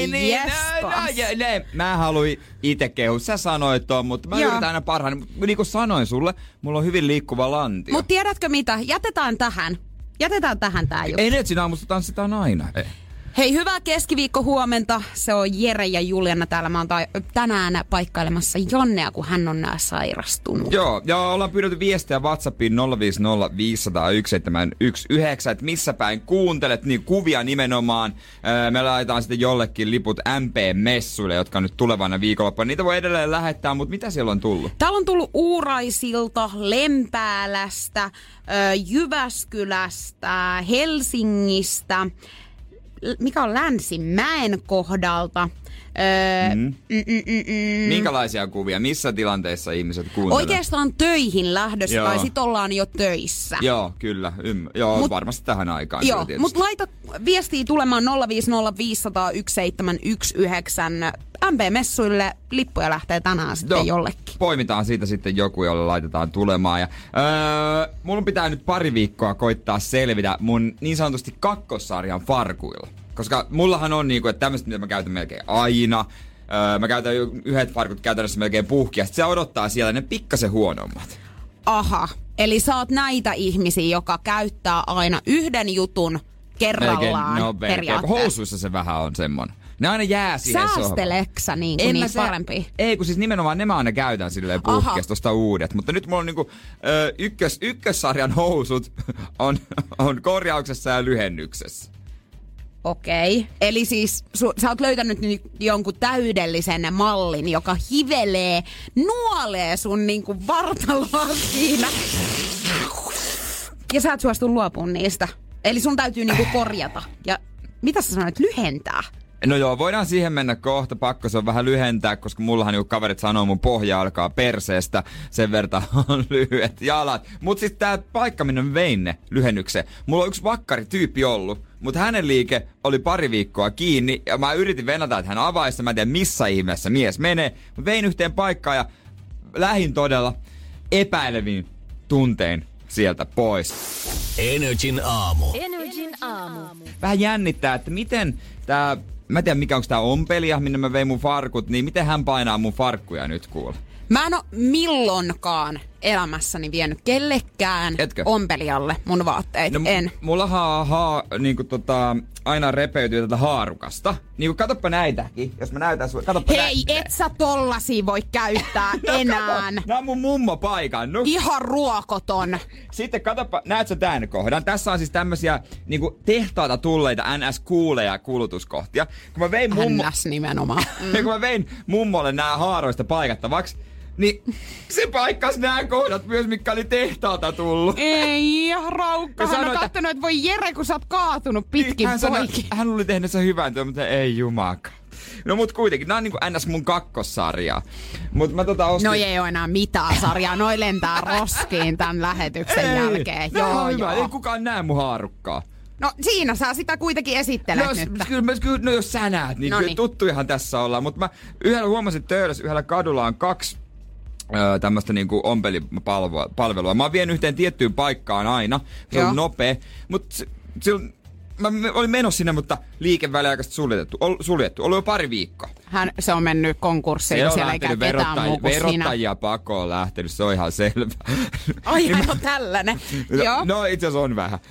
jestas. Mä haluin ite kehua. Sä sanoit ton, mutta mä yritän aina parhaani. Niin kuin sanoin sulle, mulla on hyvin liikkuva lantio. Mut tiedätkö mitä? Jätetään tähän. jätetään tähän tää juttu. Energin aamusta tanssitaan aina. Hei, hyvää keskiviikkohuomenta. Se on Jere ja Juliana täällä. Mä oon tänään paikkailemassa Jannea, kun hän on sairastunut. Joo, ja ollaan pyydetty viestiä WhatsAppiin 050 501 719, että missä päin kuuntelet, niin kuvia nimenomaan. Me laitetaan sitten jollekin liput MP-messuille, jotka on nyt tulevana viikonloppuna. Niitä voi edelleen lähettää, mutta mitä siellä on tullut? Täällä on tullut Uuraisilta, Lempäälästä, Jyväskylästä, Helsingistä, mikä on Länsimäen kohdalta. Minkälaisia kuvia? Missä tilanteissa ihmiset kuuntelevat? Oikeastaan töihin lähdössä, tai sit ollaan jo töissä. Joo, kyllä. Varmasti tähän aikaan. Joo, mutta laita viestiä tulemaan 050 501 719. MP-messuille lippuja lähtee tänään sitten jollekin. Poimitaan siitä sitten joku, jolle laitetaan tulemaan. Ja, mulla pitää nyt pari viikkoa koittaa selvitä mun niin sanotusti kakkossarjan farkuilla. Koska mullahan on niinku, että tämmöistä, mitä mä käytän melkein aina. Mä käytän yhdet farkut käytännössä melkein puhkia. Sitten se odottaa siellä ne pikkasen huonommat. Aha, eli sä oot näitä ihmisiä, joka käyttää aina yhden jutun kerrallaan periaatteessa. Housuissa se vähän on semmonen. Ne aina jää siihen sohvaan. Säästeleksä niitä parempia? Ei, kun siis nimenomaan ne mä aina käytän silleen puhkeasta tosta uudet. Mutta nyt mulla on niinku ykkössarjan housut on korjauksessa ja lyhennyksessä. Okei. Eli siis sä oot löytänyt nyt jonkun täydellisen mallin, joka hivelee, nuolee sun niinku vartaloa siinä. Ja sä et suostu luopumaan niistä. Eli sun täytyy niinku korjata. Ja mitä sä sanoit, lyhentää? No joo, voidaan siihen mennä kohta. Pakko se on vähän lyhentää, koska mullahan niinku kaverit sanoo, mun pohja alkaa perseestä. Sen verran on lyhyet jalat. Mut sit tää paikka, minne vein ne lyhennykseen. Mulla on yksi vakkarityyppi ollut. Mutta hänen liike oli pari viikkoa kiinni. Ja mä yritin venata, että hän avaisi. Mä en tiedä missä ihmeessä mies menee. Mut vein yhteen paikkaan ja lähin todella epäilevin tuntein sieltä pois. Energin aamu. Vähän jännittää, että miten tää... Mä en tiedä mikä onko tää ompelija, minne mä vein mun farkut, niin miten hän painaa mun farkkuja nyt kuule? Mä en oo milloinkaan elämässäni vienyt kellekään ompelijalle mun vaatteita. No, en. Mullahan niinku aina repeytyy tätä haarukasta. Niinku katoppa näitäkin, jos mä näytän sulle. Hei, et sä tollasia voi käyttää enää. Nää on mun mummo paikannut. Ihan ruokoton. Sitten katoppa, näet sä tän kohdan? Tässä on siis tämmösiä niinku tehtaalta tulleita NS-kuuleja kulutuskohtia. Kun mä vein NS nimenomaan. Ja kun mä vein mummolle nää haaroista paikattavaksi, niin se paikkas nää kohdat myös, mitkä oli tehtaalta tullut. Ei, raukka. Hän on kattonut, että voi Jere, kun sä oot kaatunut pitkin poikin. Hän oli tehnyt sen hyvän työn, mutta ei jumaka. No mut kuitenkin, nää on niinku ns mun kakkossarjaa. Mut mä ostin... No ei oo enää mitään sarjaa, noi lentää roskiin tän lähetyksen jälkeen. Joo. Ei kukaan näe mun haarukkaa. No siinä sä sitä kuitenkin esittelet nyt. Kyllä, jos sä näet, niin kyllä tuttujahan tässä ollaan. Mutta mä huomasin töölössä yhdellä kadulla on 2 tämmöstä niinku ompelipalvelua. Mä oon vienyt yhteen tiettyyn paikkaan aina. Se on nopea. Mut mä olin menossa sinne, mutta liike väliaikaisesti suljettu. Oli jo pari viikkoa. Se on mennyt konkurssiin, kun siellä ei käy ketään muu kuin sinä. Verottajia pakoon lähtenyt, se on ihan selvä. Ai, hän on tällainen. No itse asiassa on vähän.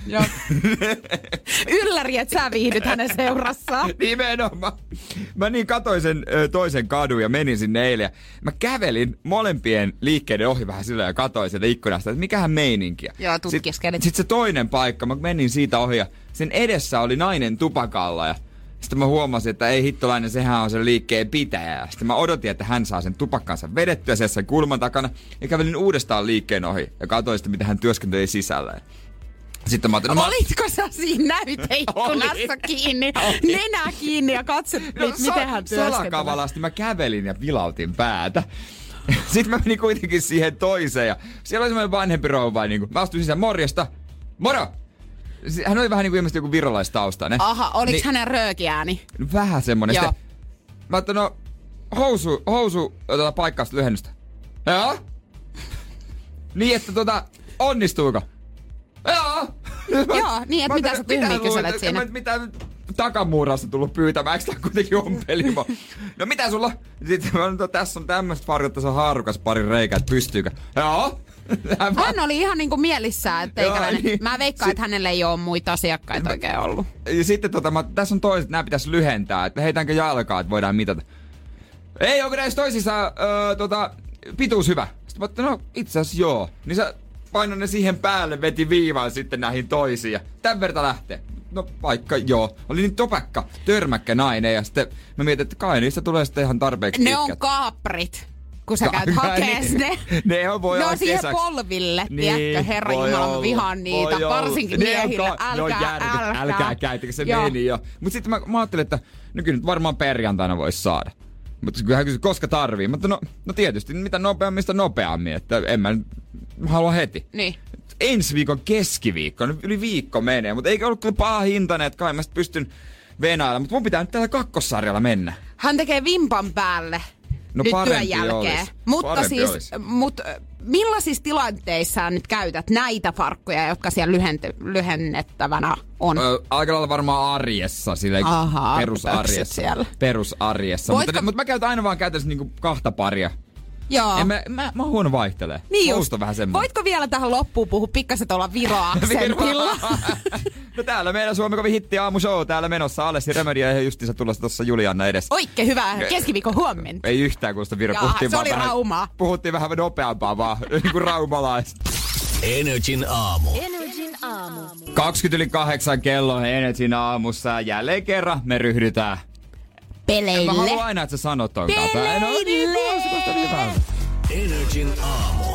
Ylläri, että sä viihdyt hänen seurassaan. Nimenomaan. Mä niin katoin sen toisen kadun ja menin sinne eilen. Mä kävelin molempien liikkeiden ohi vähän sillä ja katoin sieltä ikkunasta, että mikähän meininkiä. Joo, tutkiskelit. Sitten se toinen paikka, mä menin siitä ohi ja sen edessä oli nainen tupakalla ja sitten mä huomasin, että ei hittolainen, sehän on sen liikkeen pitäjä. Sitten mä odotin, että hän saa sen tupakkansa vedettyä siellä sen kulman takana ja kävelin uudestaan liikkeen ohi ja katsoin sitten, mitä hän työskenteli sisällä. Sitten mä ajattelin, olitko sä siinä näyteikkunassa kiinni, nenä kiinni ja katsoit, miten hän työskentelee? Salakavalasti mä kävelin ja vilautin päätä. Sitten mä menin kuitenkin siihen toiseen ja siellä oli semmoinen vanhempi rouva. Niin mä astuin sisään, morjesta, moro! Hän oli vähän niin kuin ilmeisesti joku virolaistaustainen. Aha, oliks hänen röökiääni? Vähän semmonen. Sitten mä ajattelin, no housu paikkaasta lyhennystä. Joo? Niin, että onnistuuko? Joo. Joo, niin, että mitä sä tyhmiä kyselet siinä? Mitä takamuurasta tullut pyytämään, eikö tää kuitenkin ompelimo? No mitä sulla? Sitten tässä on tämmöset farkut, tässä on haarukas pari reikää, että pystyykö? Joo. Hän oli ihan niinku mielissään, että niin. Mä veikkaan, että hänellä ei ole muita asiakkaita oikein ollut. Ja sitten tässä on toiset, nämä pitäisi lyhentää, että heitäänkö jalkaa, että voidaan mitata. Ei, onko näissä toisissa pituus hyvä? Sitten mä ajattelin, no itse asiassa joo. Niin sä painoin ne siihen päälle, veti viivaan sitten näihin toisiin ja tän verta lähtee. No vaikka joo. Oli niin topakka, törmäkkä nainen ja sitten mä mietin, että kai niistä tulee sitten ihan tarpeeksi ne pitkät. on kaaprit, kun sä käyt hakees ne. Ne on siihen kesäksi. polville, niin, tiedätkö, herra jumala, mä vihaan niitä. Varsinkin miehille, älkää käytäkö, se meni jo. Mut sitten mä ajattelin, että no kyllä nyt varmaan perjantaina voisi saada. Mutta kyllähän kysyi, koska tarvii. Mutta no tietysti, mitä nopeammin, että en mä halua heti. Niin. Ensi viikon keskiviikko, yli viikko menee, mutta eikä ollut kyllä paha hintainen, että kai mä sit pystyn venailemaan. Mutta mun pitää nyt tällä kakkossarjalla mennä. Hän tekee vimpan päälle no, nyt työn jälkeen. Mutta millaisissa tilanteissa sä nyt käytät näitä farkkuja, jotka siellä lyhennettävänä on? Aika lailla varmaan arjessa, silleen perusarjessa. Mutta mä käytän aina vaan käytännössä niinku 2 paria. Joo. Mä oon huono vaihtelee. Niin just. Vähän semmoinen. Voitko vielä tähän loppuun puhua pikkasen tuolla Viro-aksentilla? No täällä meidän Suomen kovin hitti aamushow täällä menossa. Alessi Remedia ja justiinsa tulossa tuossa Julianna edessä. Oikein hyvää keskiviikon huomenta. Ei yhtään kuulosta Viro. Se oli Raumaa. Puhuttiin vähän nopeampaa vaan, niin kuin raumalaista. Energin aamu. 20:08 kello Energin aamussa. Jälleen kerran me ryhdytään peleille. Mä haluan aina, että sä sanot ton kanssa. No niin, Energin aamu.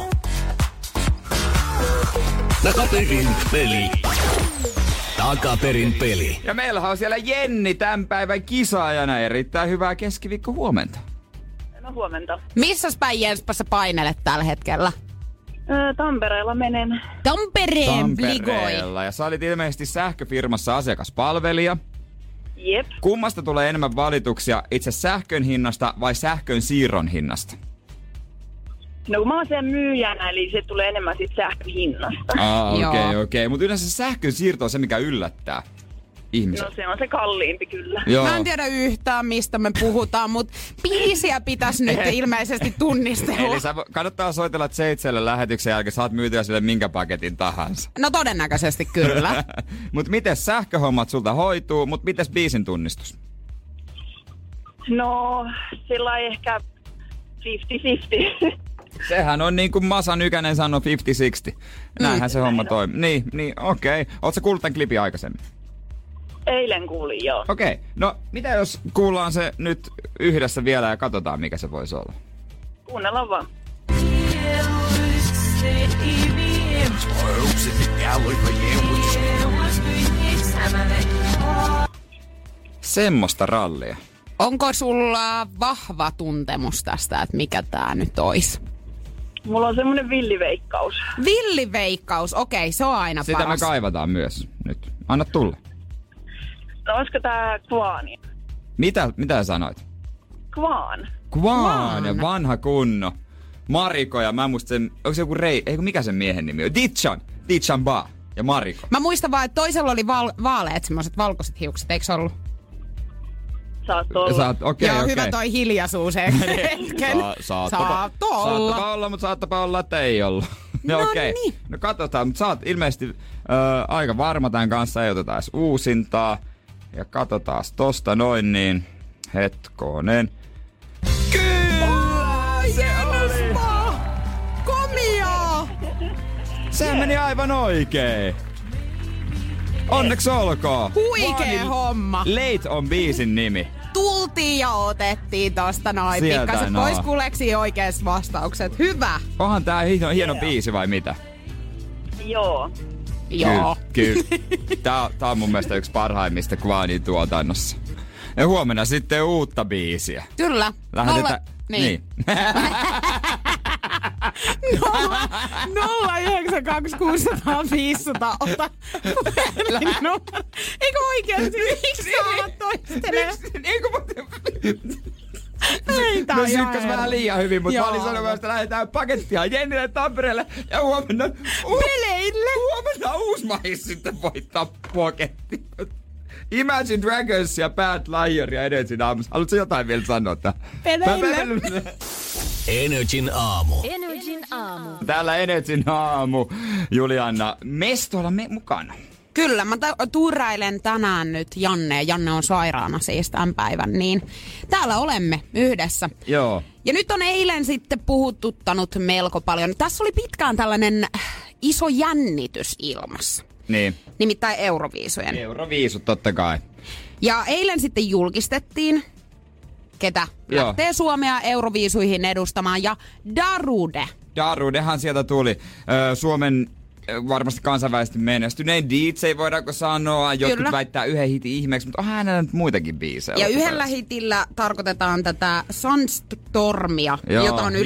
Takaperin peli. Ja meillähän on siellä Jenni tämän päivän kisaajana. Erittäin hyvää keskiviikko huomenta. No huomenta. Missäs päin Jenspassa painelet tällä hetkellä? Tampereella menen. Tampereella. Ja sä olit ilmeisesti sähköfirmassa asiakaspalvelija. Jep. Kummasta tulee enemmän valituksia, itse sähkön hinnasta vai sähkön siirron hinnasta? No kun mä oon sen myyjänä, eli se tulee enemmän sit sähkön hinnasta. Okei. Mutta yleensä sähkön siirto on se, mikä yllättää ihmiset. No se on se kalliimpi kyllä. Joo. Mä en tiedä yhtään, mistä me puhutaan, mutta biisiä pitäisi nyt ilmeisesti tunnistella. Eli kannattaa soitella Zeitselle lähetyksen jälkeen, saat myytyä sille minkä paketin tahansa. No todennäköisesti kyllä. Mut miten sähköhommat sulta hoituu, mut mites biisin tunnistus? No, sillä ehkä 50-50. Sehän on niin kuin Masa Nykänen sanoi 50-60. Näinhän se homma toimii. Niin, okei. Ootko sä kuullut tämän klipin aikaisemmin? Eilen kuulin, joo. Okei. No, mitä jos kuullaan se nyt yhdessä vielä ja katsotaan, mikä se voisi olla? Kuunnellaan vaan. Semmosta rallia. Onko sulla vahva tuntemus tästä, että mikä tää nyt ois? Mulla on semmonen villiveikkaus. Villiveikkaus, okei, se on aina sitä paras. Sitä me kaivataan myös nyt. Anna tulla. No, olisiko tää Kvaani? Mitä sanoit? Kvaan, vanha kunno. Mariko ja mä muistan sen, onko se joku mikä sen miehen nimi on? Ditchan Ba ja Mariko. Mä muistan vaan, että toisella oli vaaleat semmoiset valkoiset hiukset, eikö se ollut? Saat olla. Okay. Hyvä toi hiljaisuus hetken. Saattapa olla, mutta saattapa olla, että ei ollut. No okei. Niin. No katsotaan, mutta sä oot ilmeisesti aika varma tämän kanssa. Ei oteta edes uusintaa. Ja katsotaan tosta noin niin. Hetkonen. Kyllä! Se oli! Komia! Sehän meni aivan oikein. Onneksi olkoon. Huikee homma. Late on biisin nimi. Tultiin ja otettiin tosta noin. Pikkaset pois kuleksi oikeat vastaukset. Hyvä. Onhan tää hieno biisi vai mitä? Joo. Kyllä. Tää on mun mielestä yksi parhaimmista Kvaanin tuotannossa. Ja huomenna sitten uutta biisiä. Kyllä. Lähetetään. Niin. 092 600 500. Ota puhelinnumero. Eikö oikeesti? Miksi sä alat toistelemaan? No sykkäs vähän liian hyvin, mutta mä olin sanonut, että lähdetään pakettia Jennille Tampereelle ja huomenna uusi mahis sitten voittaa paketti. Imagine Dragons ja Bad Liar ja Energin aamussa. Haluatko jotain vielä sanoa? Peleille. Energin aamu. Energin aamu. Täällä Energin aamu. Julianna, mestoilla me mukana. Kyllä, mä tuurailen tänään nyt Janne. Janne on sairaana siis tämän päivän, niin täällä olemme yhdessä. Joo. Ja nyt on eilen sitten puhututtanut melko paljon. Tässä oli pitkään tällainen iso jännitys ilmassa. Niin. Nimittäin Euroviisujen. Euroviisut totta kai. Ja eilen sitten julkistettiin, ketä lähtee Suomea Euroviisuihin edustamaan, ja Darude. Darudehan sieltä tuli. Suomen varmasti kansainvälisesti menestynein DJ, voidaanko sanoa. Jotkut väittää yhden hitin ihmeeksi, mutta onhan hänellä nyt muitakin biisejä. Ja yhdellä hitillä tarkoitetaan tätä Sunstormia, jota on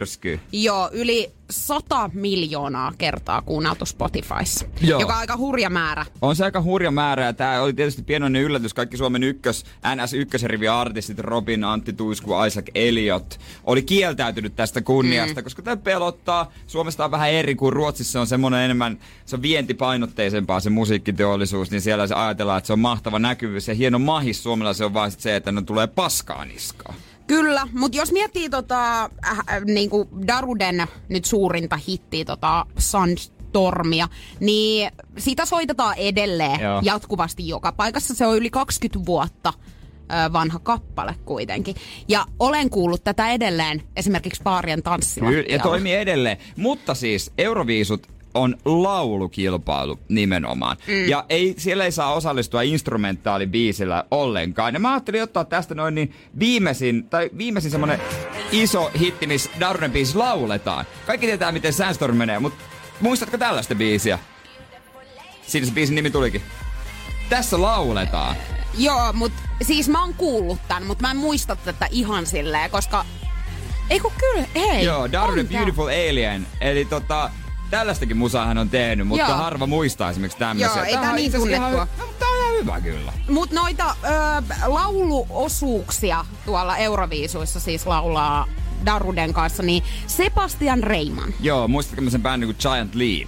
yli 100 miljoonaa kertaa kuunneltu Spotifyssa, joka on aika hurja määrä. On se aika hurja määrä, ja tää oli tietysti pienoinen yllätys. Kaikki Suomen NS1-rivi-artistit, Robin, Antti Tuisku, Isaac Elliot, oli kieltäytynyt tästä kunniasta, koska tämä pelottaa. Suomesta on vähän eri kuin Ruotsissa, on semmoinen enemmän, se on vientipainotteisempaa se musiikkiteollisuus, niin siellä se ajatellaan, että se on mahtava näkyvyys ja hieno mahis. Suomella se on vaan se, että ne tulee paskaa niskaan. Kyllä, mutta jos miettii niinku Daruden nyt suurinta hittiä, Sunstormia, niin sitä soitetaan edelleen jatkuvasti joka paikassa. Se on yli 20 vuotta vanha kappale kuitenkin. Ja olen kuullut tätä edelleen esimerkiksi baarien tanssilattialla. Ja toimii edelleen. Mutta siis Euroviisut on laulukilpailu nimenomaan. Ja siellä ei saa osallistua instrumentaalibiisillä ollenkaan. Ja mä ajattelin ottaa tästä noin niin viimeisin semmonen iso hitti, missä Daruden biisi lauletaan. Kaikki tietää, miten Sandstorm menee, mutta muistatko tällaista biisiä? Siitä se biisin nimi tulikin. Tässä lauletaan. Joo, mutta siis mä oon kuullut tän, mutta mä en muista tätä ihan silleen, koska... kyllä, hei. Joo, Daruden Beautiful Alien. Eli tällaistakin musaa hän on tehnyt, mutta harva muistaa esimerkiksi tämmöisiä. Joo, ei tää niin tunnettua. Tää on ihan hyvä kyllä. Mut noita lauluosuuksia tuolla Euroviisuissa siis laulaa Daruden kanssa, niin Sebastian Reiman. Joo, muistatko tämmöisen bändin kuin Giant Leap?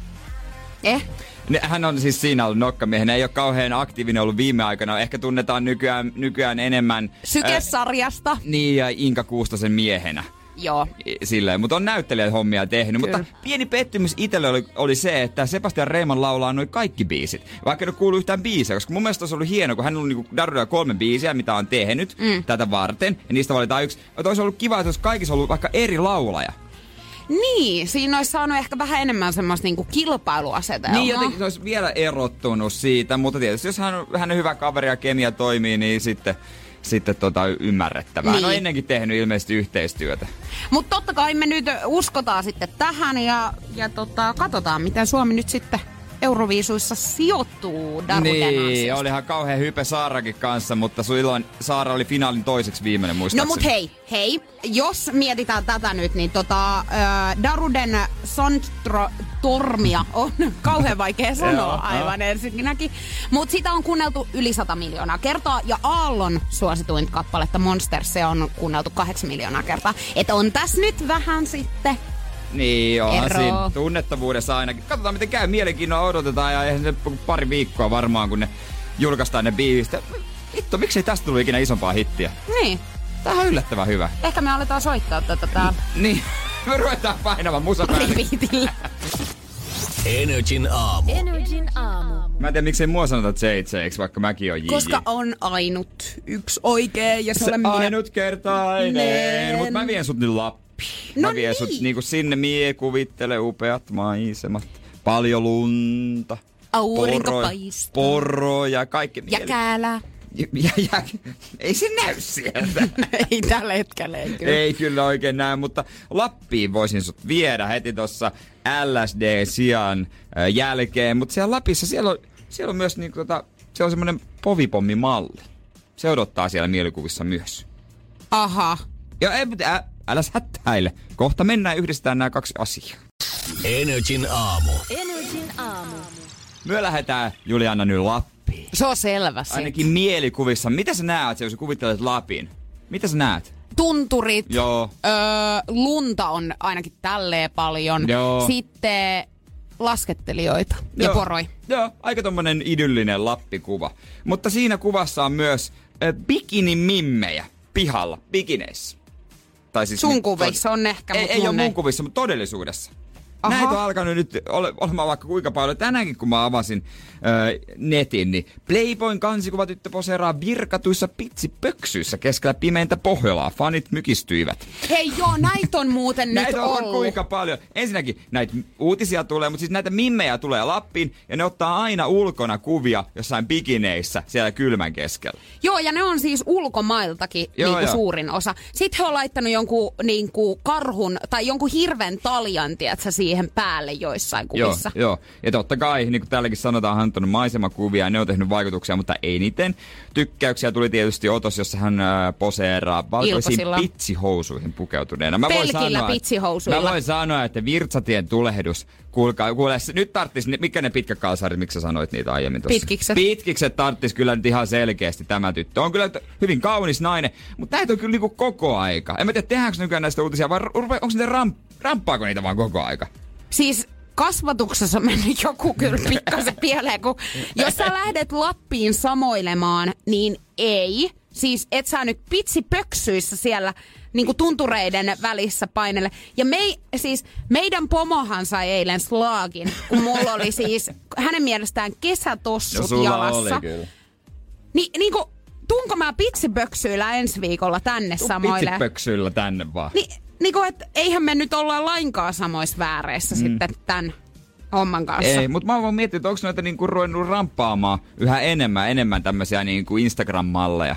Hän on siis siinä ollut nokkamiehenä, ei ole kauhean aktiivinen ollut viime aikana. Ehkä tunnetaan nykyään enemmän... Sykesarjasta. Niin, ja Inka Kuustosen miehenä. Joo. Silleen, mutta on näyttelijät hommia tehnyt. Kyllä. Mutta pieni pettymys itselle oli se, että Sebastian Reiman laulaa noin kaikki biisit. Vaikka en ole kuullut yhtään biisejä, koska mun mielestä olisi ollut hienoa, kun hän on ollut Darudella 3 biisiä, mitä on tehnyt tätä varten. Ja niistä valitaan yksi. Mutta olisi ollut kiva, että olisi kaikissa ollut vaikka eri laulaja. Niin, siinä olisi saanut ehkä vähän enemmän semmoista niinku kilpailuasetelmaa. Niin, jotenkin se olisi vielä erottunut siitä, mutta tietysti jos hän on hyvä kaveri ja kemia toimii, niin sitten ymmärrettävää. Niin. No ennenkin tehnyt ilmeisesti yhteistyötä. Mutta totta kai me nyt uskotaan sitten tähän ja katsotaan, miten Suomi nyt sitten Euroviisuissa sijoittuu Daruden Niin, ansiosta. olihan kauhean hype Saarakin kanssa, mutta silloin Saara oli finaalin toiseksi viimeinen muistaakseni. No mut hei, jos mietitään tätä nyt, niin Daruden Sunstormia on kauhean vaikea sanoa aivan ensinnäkin. Mut sitä on kuunneltu yli 100 miljoonaa kertaa ja Aallon suosituin kappaletta Monster, se on kuunneltu 8 miljoonaa kertaa. Et on tässä nyt vähän sitten... Niin, onhan siinä tunnettavuudessa ainakin. Katsotaan miten käy, mielenkiinnolla odotetaan ja eihän se pari viikkoa varmaan, kun ne julkaistaan ne biisit. Vittu, miksei tästä tullut ikinä isompaa hittiä? Niin. Tämähän on yllättävän hyvä. Ehkä me aletaan soittaa tätä täällä. Niin, me ruvetaan painamaan musapäälle. Repeatillä. Energin aamu. Mä en tiedä, miksei mua sanota JJ:ksi, vaikka mäkin oon JJ. Koska on ainut yksi oikee ja se olen minä. Ainutkertainen. Mut mä vien sut nyt Lappiin. No mä vien sut niinku sinne, mie kuvittele upeat maisemat. Paljon lunta. Aurinko paistaa. Poroja, kaikki. Ja käälää. Ja, ei se näy sieltä. Ei tällä hetkellä, ei kyllä. Ei kyllä oikein näy, mutta Lappiin voisin sut viedä heti tossa LSD-sijan jälkeen. Mutta siellä Lapissa, siellä on myös niinku siellä on semmonen povipommimalli. Se odottaa siellä mielikuvissa myös. Aha. Ja älä hättäile. Kohta mennään yhdistetään nämä kaksi asiaa. Energin aamu. Me lähdetään, Julianna, nyt Lappiin. Se on selvä se. Ainakin mielikuvissa. Mitä sä näet, jos kuvittelet Lapin? Mitä sä näet? Tunturit. Joo. Lunta on ainakin tälleen paljon. Joo. Sitten laskettelijoita ja poroi. Joo, aika tommonen idyllinen Lappikuva. Mutta siinä kuvassa on myös bikinimimmejä pihalla, bikineissä. tai siis... Sun kuvissa on ehkä, mutta ei ole mun kuvissa, mutta todellisuudessa. Aha. Näitä on alkanut nyt olemaan vaikka kuinka paljon. Tänäänkin kun mä avasin netin, niin Playboyn kansikuvatyttö poseeraa virkatuissa pitsipöksyissä keskellä pimeintä Pohjolaa. Fanit mykistyivät. Hei joo, näitä on muuten nyt näitä on ollut. kuinka paljon. Ensinnäkin näitä uutisia tulee, mutta siis näitä mimmejä tulee Lappiin ja ne ottaa aina ulkona kuvia jossain bikineissä siellä kylmän keskellä. Joo, ja ne on siis ulkomailtakin Joo. suurin osa. Sitten he on laittanut jonkun karhun tai jonkun hirven taljan, tiedätkö, siihen päälle joissain kuvissa. Joo. Ja totta kai, niin kuin täälläkin sanotaan, hän on ottanut maisemakuvia ja ne on tehnyt vaikutuksia, mutta eniten tykkäyksiä tuli tietysti otos, jossa hän poseeraa valkoisiin pitsihousuihin pukeutuneena. Pelkillä pitsihousuilla. Mä voin sanoa, että Virtsatien tulehdus, kuule, nyt tarttis, mikä ne pitkäkalsarit, miksi sä sanoit niitä aiemmin tuossa? Pitkikset tarttis kyllä nyt ihan selkeästi tämä tyttö. On kyllä hyvin kaunis nainen, mutta näitä on kyllä niinku koko aika. En mä tiedä, tehdäänkö nykyään näistä uutisia vai onko niitä ramppaako niitä vaan koko aika? Siis kasvatuksessa on mennyt joku kyllä pikkasen pieleen, kun jos sä lähdet Lappiin samoilemaan, niin ei. Siis et sä nyt pitsipöksyissä siellä niinku tuntureiden välissä painelle. Ja meidän pomohan sai eilen slaagin, kun mulla oli siis hänen mielestään kesätossut jalassa. Oli kyllä. Niinku, tuunko mä pitsipöksyillä ensi viikolla tänne samoille? Pitsipöksyillä tänne vaan. Niinku, että eihän me nyt olla lainkaan samoissa vääreissä sitten tämän homman kanssa. Ei, mutta mä voin miettiä, että onko noita niinku ruvennut ramppaamaan yhä enemmän tämmöisiä niinku Instagram-malleja.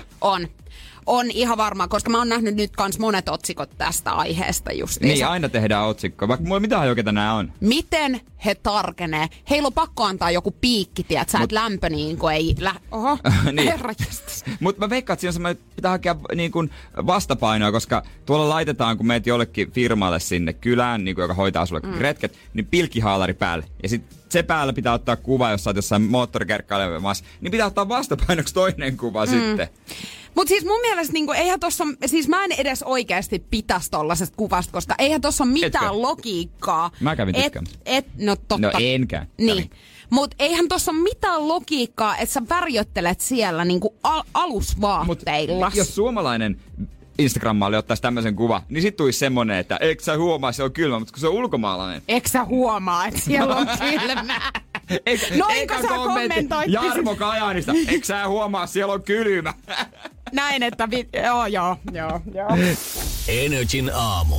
On ihan varmaan, koska mä oon nähnyt nyt kans monet otsikot tästä aiheesta justiinsa. Niin, aina tehdään otsikkoja. Vaikka mulla mitä hajokeita nää on. Miten he tarkenee? Heillä on pakko antaa joku piikki, tiedätkö, että lämpö niinku ei Oho, niin. Herranjestas. Mut mä veikkaan, että siinä on semmoinen, pitää hakea niinku vastapainoa, koska tuolla laitetaan, kun meet jollekin firmalle sinne kylään, niinku, joka hoitaa sulle retket, niin pilkkihaalari päälle. Ja sit se päällä pitää ottaa kuva, jos sä oot jossain moottorikerkkailemassa, niin pitää ottaa vastapainoksi toinen kuva sitten. Mut siis mun mielestä niinku, eihän tossa, siis mä en edes oikeasti pitäisi tollasesta kuvasta, koska eihän tossa ole mitään logiikkaa. Mä kävin tykkäämässä. No totta. No enkään. Niin. Mut eihän tossa ole mitään logiikkaa, että sä värjöttelet siellä niinku alusvaatteilla. Mut jos suomalainen Instagram-malli ottaisi tämmöisen kuvan, niin sit tulisi semmonen, että eikö sä huomaa, se on kylmä, mutta kun se on ulkomaalainen. Eikö sä huomaa, että siellä on kylmää? Noinko sä kommentoit? Jarmo Kajaanista, eikö sä huomaa, siellä on kylmä? Näin, että joo. Energin aamu.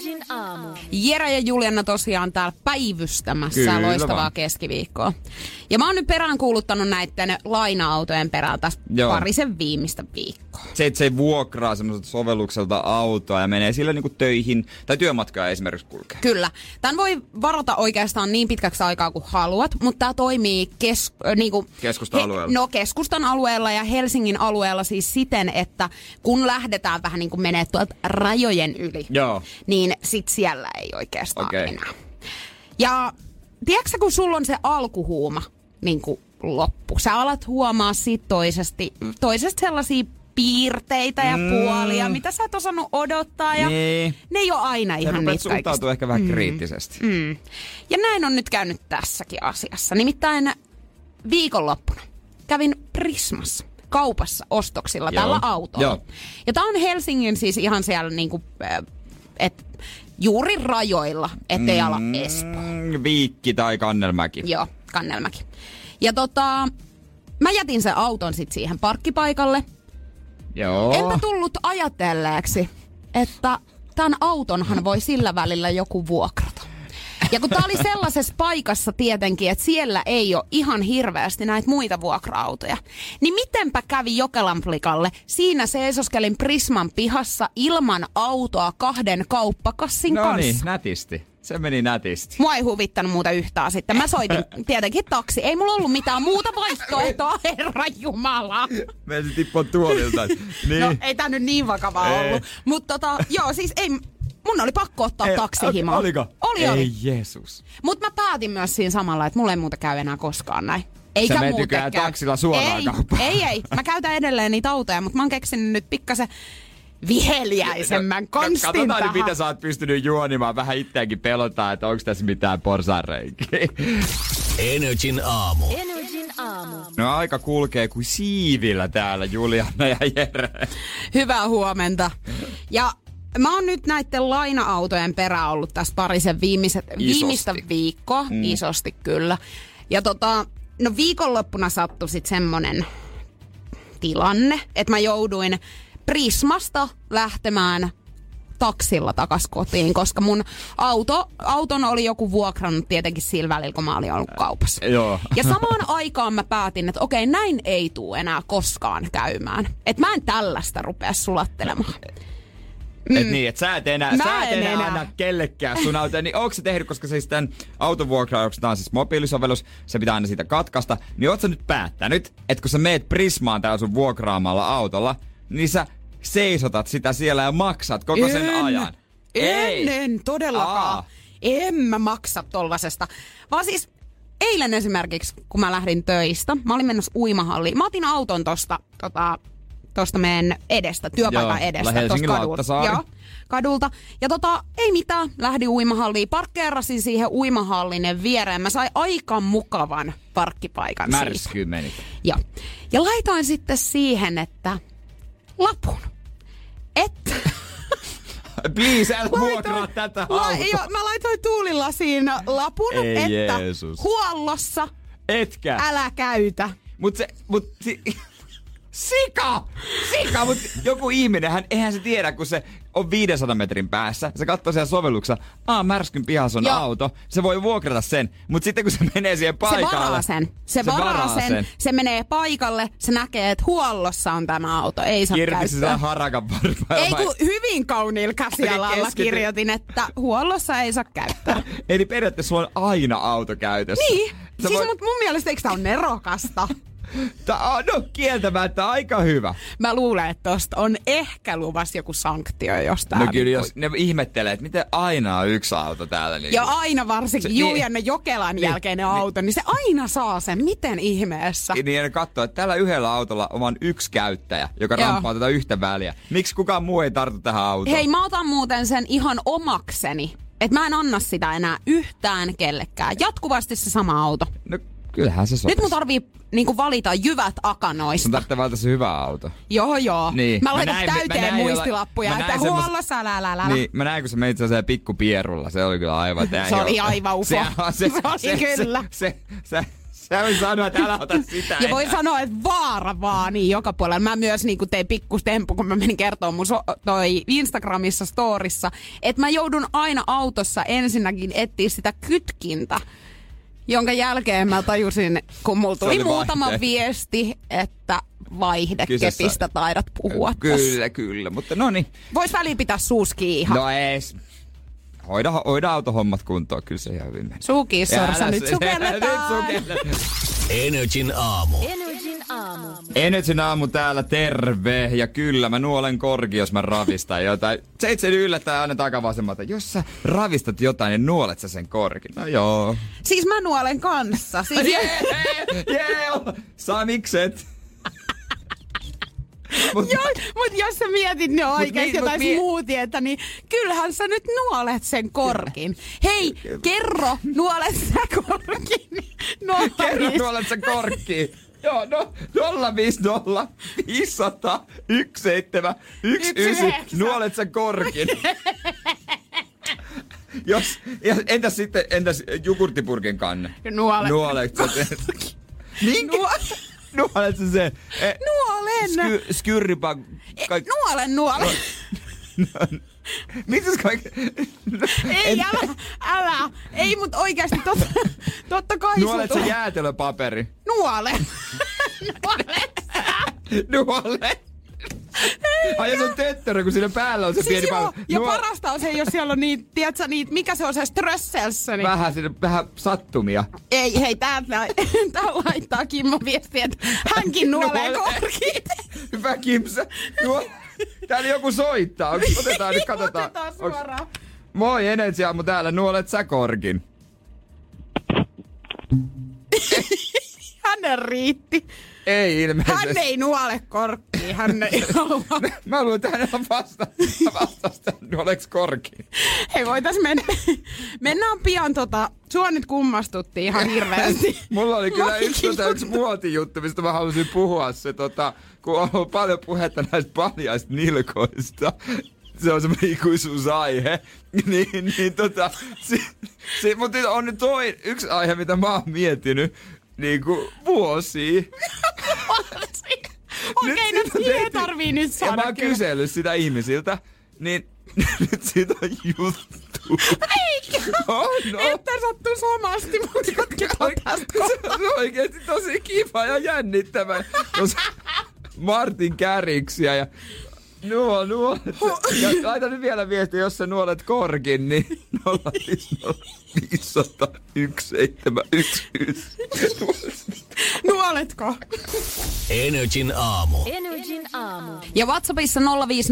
Jere ja Juliana tosiaan täällä päivystämässä. Kyllä loistavaa vaan. Keskiviikkoa. Ja mä oon nyt peräänkuuluttanut näiden laina-autojen perään taas parisen viimeistä viikkoa. Se, että se vuokraa semmoiselta sovellukselta autoa ja menee sillä niinku töihin tai työmatkaa esimerkiksi kulkee. Kyllä. Tän voi varata oikeastaan niin pitkäksi aikaa kuin haluat, mutta tää toimii keskustan alueella. Keskustan alueella ja Helsingin alueella siis siten, että kun lähdetään vähän niin kuin menee tuolta rajojen yli, niin sit siellä ei oikeastaan enää. Ja tiedätkö kun sulla on se alkuhuuma niin kuin loppu, sä alat huomaa siitä toisesta sellaisia piirteitä ja puolia, mitä sä et osannut odottaa ja ne ei ole aina ihan niitä kaikista. Suhtautuu ehkä vähän kriittisesti. Ja näin on nyt käynyt tässäkin asiassa. Nimittäin viikonloppuna kävin Prismassa kaupassa ostoksilla tällä autolla. Ja tää on Helsingin siis ihan siellä niinku, juuri rajoilla, ettei ala Espoo. Viikki tai Kannelmäki. Joo, Kannelmäki. Ja mä jätin sen auton sit siihen parkkipaikalle. Joo. Enpä tullut ajatelleeksi, että tämän autonhan voi sillä välillä joku vuokrata. Ja kun tää oli sellaisessa paikassa tietenkin, että siellä ei ole ihan hirveästi näitä muita vuokra-autoja, niin mitenpä kävi Jokelan flikalle? Siinä seisoskelin Prisman pihassa ilman autoa 2 kauppakassin kanssa. No niin, nätisti. Se meni nätisti. Mua ei huvittanut muuta yhtään sitten. Mä soitin tietenkin taksi. Ei mulla ollut mitään muuta vaihtoehtoa, herranjumala. Meidän tippua tuolilta. Niin. No ei tää nyt niin vakavaa ollut. Mutta siis ei... Mun oli pakko ottaa taksihimaa. Oliko? Oli. Ei Jeesus. Mut mä päätin myös siinä samalla, että mulla ei muuta käy enää koskaan näin. Eikä sä muuten käy. taksilla suoraan kauppaan. Ei. Mä käytän edelleen niitä autoja, mutta mä oon keksinyt nyt pikkasen viheliäisemmän konstin katsotaan tähän. nyt, mitä sä oot pystynyt juonimaan. Vähän itseäänkin pelotaan, että onko tässä mitään porsaanreikiä. Energin aamu. No aika kulkee kuin siivillä täällä Juliana ja Jere. Hyvää huomenta. Ja mä oon nyt näitten laina-autojen perään ollut tässä parisen viimeistä viikkoa. Isosti kyllä. Ja no viikonloppuna sattui sit semmonen tilanne, että mä jouduin Prismasta lähtemään taksilla takas kotiin, koska mun auton oli joku vuokrannut tietenkin sillä välillä, kun mä olin ollut kaupassa. Joo. Ja samaan aikaan mä päätin, että okei, näin ei tule enää koskaan käymään. Että mä en tällaista rupea sulattelemaan. Et niin, että sä et enää anna kellekään sun autoa. Niin onko se tehnyt, koska siis tämän autovuokrauksen, tää on siis mobiilisovellus, se pitää aina siitä katkaista, niin oot sä nyt päättänyt, että kun sä meet Prismaan täällä sun vuokraamalla autolla, niin sä seisotat sitä siellä ja maksat koko sen ajan. En todellakaan. En mä maksa tollasesta. Vaan siis eilen esimerkiksi, kun mä lähdin töistä, mä olin menossa uimahalliin. Mä otin auton tosta meidän edestä, työpaikan edestä. Helsingin Lauttasaari. Joo, kadulta. Ja ei mitään, lähdin uimahalliin, parkkeerasin siihen uimahallinen viereen. Mä sain aika mukavan parkkipaikan siitä. Märskyyn menit. Joo. Ja laitoin sitten siihen, että lapun. Että... Please, älä vuokraa tätä autoa. Mä laitoin tuulilasiin lapun, että huollossa etkä. Älä käytä. Sika! Mutta joku ihminen, eihän se tiedä, kun se on 500 metrin päässä. Se katsoo siellä sovelluksessa, märskyn pihassa on auto. Se voi vuokrata sen, mutta sitten kun se menee siihen paikalle... Se varaa sen. Se menee paikalle, se näkee, että huollossa on tämä auto. Ei saa käyttää. Kirjoitin sitä harakan varmaan. Ei kun hyvin kauniilla käsialalla kirjoitin, että huollossa ei saa käyttää. Eli periaatteessa sulla on aina auto käytössä. Niin, mutta mun mielestä eikö tää on nerokasta? No kieltämättä aika hyvä. Mä luulen, että tosta on ehkä luvassa joku sanktio jostain. No kyllä, jos ne ihmettelee, että miten aina on yksi auto täällä. Niin... Ja aina varsinkin Julianne Jokelan jälkeinen auto, niin se aina saa sen. Miten ihmeessä? Niin ne katsoo, että tällä yhdellä autolla on vain yksi käyttäjä, joka ramppaa tätä yhtä väliä. Miksi kukaan muu ei tartu tähän autoon? Hei, mä otan muuten sen ihan omakseni. Että mä en anna sitä enää yhtään kellekään. Jatkuvasti se sama auto. No kyllähän se sopisi. Nyt mun tarvii valita jyvät akanoista. Sun tarvitsee valita se hyvä auto. Joo. Niin. Mä laitan täyteen muistilappuja, että huollossa älä. Niin, mä näin, kun sä menit sellaisella pikkupierulla. Se oli kyllä aivan... Se oli aivan ufo. Se oli kyllä. Sä voin sanoa, että älä ota sitä. Ja voin sanoa, että vaara vaan niin joka puolella. Mä myös tein pikkustemppu, kun mä menin kertoa mun Instagramissa storissa, että mä joudun aina autossa ensinnäkin etsiä sitä kytkintä. Jonka jälkeen mä tajusin, kun mulla tuli muutama viesti, että vaihdekepistä taidat puhua tässä. Kyllä, mutta no niin. Vois väliin pitää suus kiinni. No ees. Hoida autohommat kuntoon, kyllä se ihan hyvin menee. Suukissorsa, nyt sukelletaan. Energin aamu. Energin aamu täällä, terve. Ja kyllä, mä nuolen korki, jos mä ravistan jotain. Se itse yllättää aina takavasemmalta. Jos sä ravistat jotain, niin nuolet sä sen korkin. No joo. Siis mä nuolen kanssa. Siis... Saa mikset. Mut jos sä mietit ne oikeesti jotain smoothietä, niin kyllähän sä nyt nuolet sen korkin. Hei, kerro, nuolet sä korkin. Kerro, nuolet sä korkin. Joo, 050 500 17 19. Nuolet sä korkin. Entäs jogurttipurkin kanne? Nuolet sä sen. Nuolet sä sen. Nuolen. Skyrripa. Nuolen. Mitäs kaikki? Ei, älä. Ei, mut oikeasti totta kai. Nuolet sä jäätelöpaperi? Nuolen. Ai se on töttörö, kun siinä päällä on se pieni pallo. Ja parasta on se, jos siellä on niitä, tiedätkö, mikä se on se strösselsä. Niin... Vähän sattumia. Ei, hei, tää laittaa Kimmo viestiä, että hänkin nuolee korkit. Hyvä Kimsä. Täällä joku soittaa. Otetaan nyt, katsotaan. Otetaan suoraan. Moi, Energy aamu täällä. Nuolet sä korkin? Hänen riitti. Ei ilmeisesti. Hän ei nuole korkkiin, hän ei halua. Mä luulen, että hän on vastasta nuoleks korkiin. Hei, mennään pian sua nyt kummastuttiin ihan hirveästi. Mulla oli kyllä yksi muotijuttu, mistä mä halusin puhua se, kun on ollut paljon puhetta näistä paljaista nilkoista. se on semmoinen ikuisuusaihe. Mutta on nyt yksi aihe, mitä mä oon miettinyt niinku vuosia. Okei, no siihen tarvii nyt saada. Ja mä oon kysellyt sitä ihmisiltä, niin nyt siitä on juttu. Eikä! No. Että sattuu somasti, mutta jatketaan tästä kohtaa. Se on oikeesti tosi kiva ja jännittävä. Martin Kärriksiä ja nuolet. Ja laita nyt vielä viestiä, jos sä nuolet korkin, niin 0500 1719. Nuoletko? Energin aamu. Ja WhatsAppissa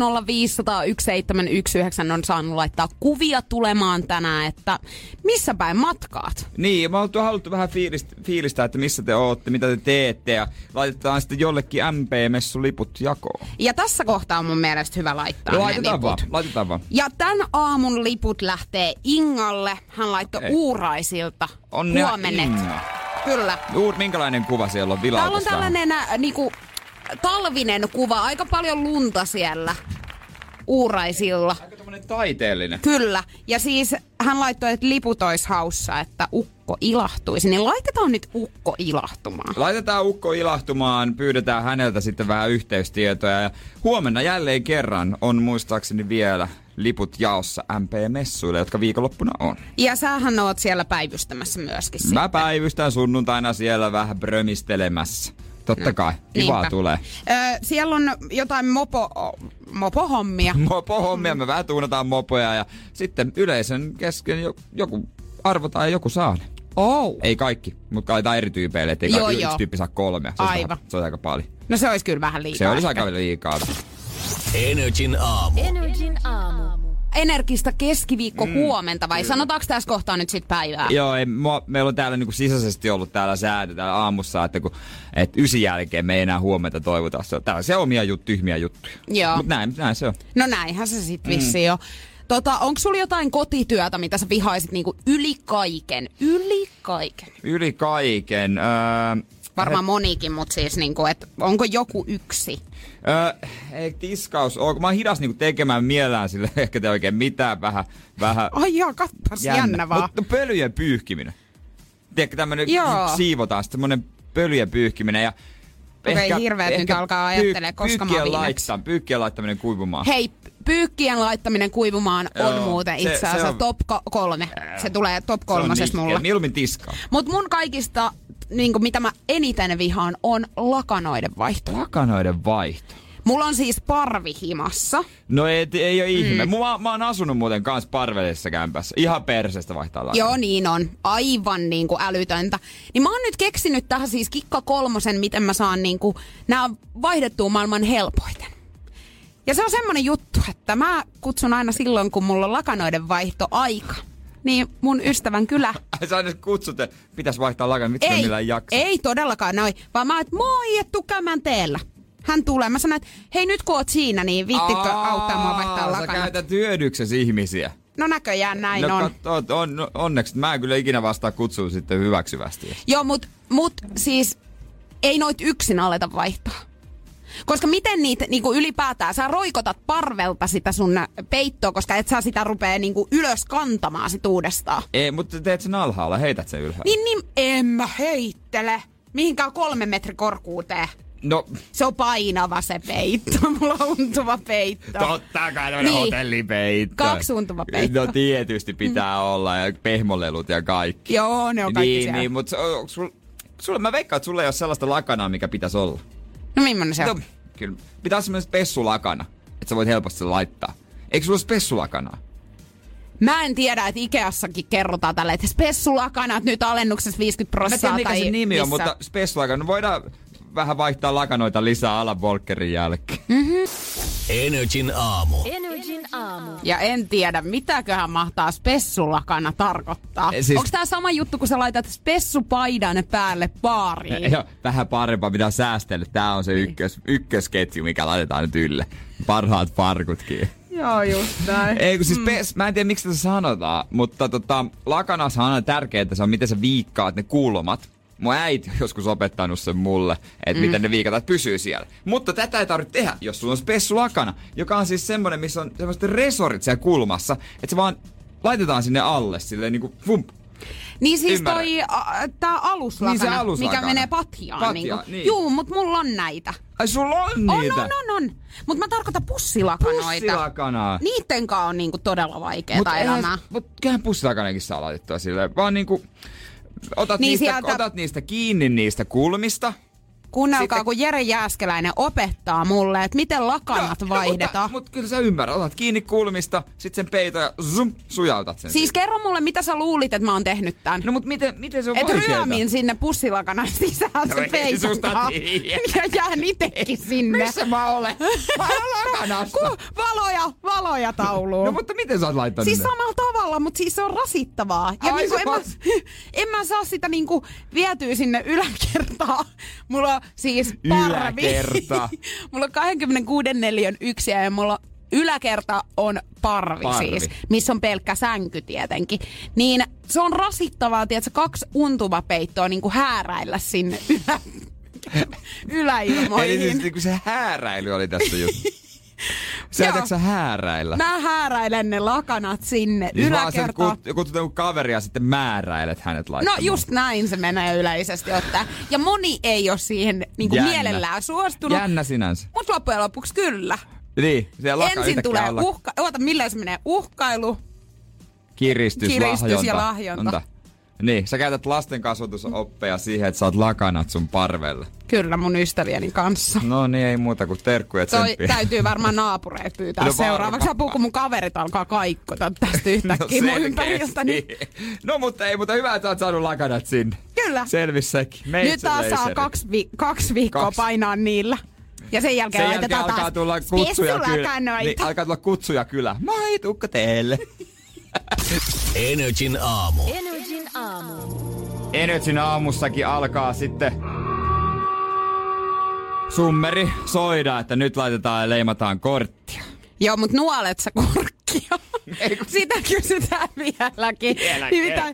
050501719 on saanut laittaa kuvia tulemaan tänään, että missä päin matkaat. Niin, me ollaan haluttu vähän fiilistää, että missä te ootte, mitä te teette ja laitetaan sitten jollekin MP-messuliput jakoon. Ja tässä kohtaa on mun mielestä hyvä laittaa ne liput. Laitetaan vaan. Ja tän aamun liput lähtee Ingalle. Hän laittoi Uuraisilta. Onnea huomennet. Inga. Kyllä. Minkälainen kuva siellä on? Täällä on tällainen niinku talvinen kuva. Aika paljon lunta siellä Uuraisilla. Aika tommonen taiteellinen. Kyllä. Ja siis hän laittoi, että liput ois haussa, että ukko ilahtuisi. Niin laitetaan nyt ukko ilahtumaan. Laitetaan ukko ilahtumaan, pyydetään häneltä sitten vähän yhteystietoja. Ja huomenna jälleen kerran on muistaakseni vielä liput jaossa MP-messuille, jotka viikonloppuna on. Ja sähän oot siellä päivystämässä myöskin sitten. Mä päivystän sunnuntaina siellä vähän brömistelemässä. Totta kai, kivaa niinpä. tulee. Siellä on jotain mopohommia. Mopohommia, me vähän tuunataan mopoja ja sitten yleisön kesken joku arvotaan ja joku saa ne. Oh. Ei kaikki, mutta laitetaan eri tyypeille, ettei yksi tyyppi saa 3. Aivan. Se on aika paljon. No se olisi kyllä vähän liikaa. Se olisi aika liikaa. Energin aamu. Energistä keskiviikko huomenta vai sanotaanko tässä kohtaa nyt sit päivää? Joo, meillä on täällä niinku sisäisesti ollut täällä säätö täällä aamussa, että 9 jälkeen me ei enää huomenta toivota. Se on tällaisia tyhmiä juttuja. Joo. Mut näin se on. No näinhän se sit vissiin jo. Onko sulla jotain kotityötä, mitä sä vihaisit niinku yli kaiken? Yli kaiken. Varmaan monikin, mutta siis niinku, että onko joku yksi? Ei tiskaus ole. Mä oon hidas niinku tekemään mielään sille, ehkä te oikein mitään vähän. Ai jaa, katpas jännä vaan. Mutta pölyjen pyyhkiminen. Tiedätkö tämmönen, siivotaan sitten semmonen pölyjen pyyhkiminen ja okei, hirveet nyt alkaa ajattelemaan, koska mä oon pyykkien laittaminen kuivumaan. Hei, pyykkien laittaminen kuivumaan on muuten itse asiassa top 3. Se tulee top 3 mulla. Mieluummin tiskaa. Mut mun kaikista, niinku, mitä mä eniten vihaan, on lakanoiden vaihto. Lakanoiden vaihto? Mulla on siis parvi himassa. No ei ole ihme. Mä oon asunut muuten kans parvellisessa kämpässä. Ihan persestä vaihtaa lakanoita. Joo, niin on. Aivan niinku älytöntä. Niin mä oon nyt keksinyt tähän siis Kikka 3, miten mä saan niinku nää vaihdettua maailman helpoiten. Ja se on semmonen juttu, että mä kutsun aina silloin, kun mulla on lakanoiden vaihto aika. Niin mun ystävän kylä. Sä aina kutsut, että pitäis vaihtaa lakanoita, mitkä me millään jaksa. Ei todellakaan noin, vaan mä oon, että moi, et tuu käymään teellä. Hän tulee. Mä sanon, että hei nyt kun oot siinä, niin viittikö auttaa mua vaihtaa lakanat? Sä käytät hyödyksesi ihmisiä. No näköjään näin on. Onneksi mä en kyllä ikinä vastaa kutsua sitten hyväksyvästi. Joo, mut siis ei noit yksin aleta vaihtaa. Koska miten niitä niinku ylipäätään, sä roikotat parvelta sitä sun peittoa, koska et saa sitä rupee niinku ylös kantamaan sit uudestaan. Ei, mutta teet sen alhaalla, heität sen ylhäällä. Niin, en mä heittele. Mihinkään 3 metrin korkuuteen. No. Se on painava se peitto, mulla on untuva peitto. Totta kai tämmönen hotellipeitto. 2 untuva peitto. No tietysti pitää olla ja pehmolelut ja kaikki. Joo, ne on kaikki siellä. Niin, mutta sulle mä veikkaan, että sulla ei ole sellaista lakanaa, mikä pitäisi olla. No millainen se on? No, kyllä. Pitää semmoinen spessulakana, että sä voit helposti sen laittaa. Eikö sulla ole spessulakanaa? Mä en tiedä, että Ikeassakin kerrotaan tällä, että spessulakanat nyt alennuksessa 50%. Mä tiedän, mikä se nimi on, mutta spessulakana. No voidaan vähän vaihtaa lakanoita lisää Alan Volkerin jälkeen. Energin aamu. Ja en tiedä, mitäköhän mahtaa spessulakana tarkoittaa. Siis onko tää sama juttu, kun sä laitat spessupaidan päälle baariin? Joo, vähän parempaa mitä säästellä. Tää on se ykkösketju, mikä laitetaan nyt ylle. Parhaat farkutkin. Joo, just näin. Ei, kun siis mä en tiedä miksi tätä sanotaan, mutta lakanassa on aina tärkeää, että se on miten sä viikkaat ne kulmat. Mun äiti on joskus opettanut sen mulle, että miten ne viikatat pysyy siellä. Mutta tätä ei tarvitse tehdä, jos sulla on spessulakana, joka on siis semmonen, missä on semmoiset resorit siellä kulmassa, että se vaan laitetaan sinne alle, silleen niinku vump. Niin siis tää aluslakana, niin se aluslakana, mikä menee patjaan. Niin. Juu, mut mulla on näitä. Ai sulla on niitä? On. Mut mä tarkoitan pussilakanoita. Pussilakanaa. Niittenkaan on niinku todella vaikeeta elämää. Mut kyllähän pussilakanakin saa laitettua silleen. Vaan niinku otat niistä kiinni niistä kulmista. Kuunnelkaa, kun Jere Jääskeläinen opettaa mulle, että miten lakanat vaihdetaan. Mutta kyllä sä ymmärrät. Otat kiinni kulmista, sit sen peito ja zoom, sujautat sen. Siis kerro mulle, mitä sä luulit, että mä oon tehnyt tän. No mut miten se on vaikeeta? Et ryömin sinne pussilakanan sisään sen peiton ja jään itekin sinne. Missä mä olen? Mä olen lakanassa. Valoja tauluun. No mutta miten sä oot laittanut siis ne? Samalla tavalla, mutta siis se on rasittavaa. Ja Ai, niinku en mä saa sitä niinku vietyä sinne yläkertaan. Mulla on siis parvi. Yläkerta. Mulla on 26 neliön yksiä ja mulla yläkerta on parvi siis, missä on pelkkä sänky tietenkin. Niin se on rasittavaa, tiedätkö, 2 untuvapeittoa niinku hääräillä sinne yläilmoihin. Eli siis se hääräily oli tässä juttu. Sä hääräillä? Mä hääräilen ne lakanat sinne niin yläkertaan. Kutsut joku kaveria ja sitten määräilet hänet laittamaan. No just näin se menee yleisesti ottaen. Ja moni ei ole siihen niinku mielellään suostunut. Jännä sinänsä. Mut loppujen lopuksi kyllä. Niin, siellä ensin tulee milleen se menee? Uhkailu. Kiristys ja lahjonta. Niin, sä käytät lasten kasvatusoppeja siihen, että saat lakanat sun parvelle. Kyllä, mun ystävieni kanssa. No niin, ei muuta kuin terkkuja tsemppiä. Täytyy varmaan naapureet pyytää seuraavaksi apua, kun mun kaverit alkaa kaikkota tästä yhtäkkiä mun ympäriltäni. No mutta hyvä, että oot saanut lakanat sinne. Kyllä. Selvis sekin. Nyt taas saa 2 viikkoa painaa niillä. Ja sen jälkeen laitetaan alkaa tulla kutsuja kyllä. Niin, alkaa tulla kutsuja kyllä. Moi, tukka teille. Energin aamu. Energin aamussakin alkaa sitten summeri soida, että nyt laitetaan ja leimataan korttia. Joo, mut nuolet sä korkkia. Sitä kysytään vieläkin. Nimittäin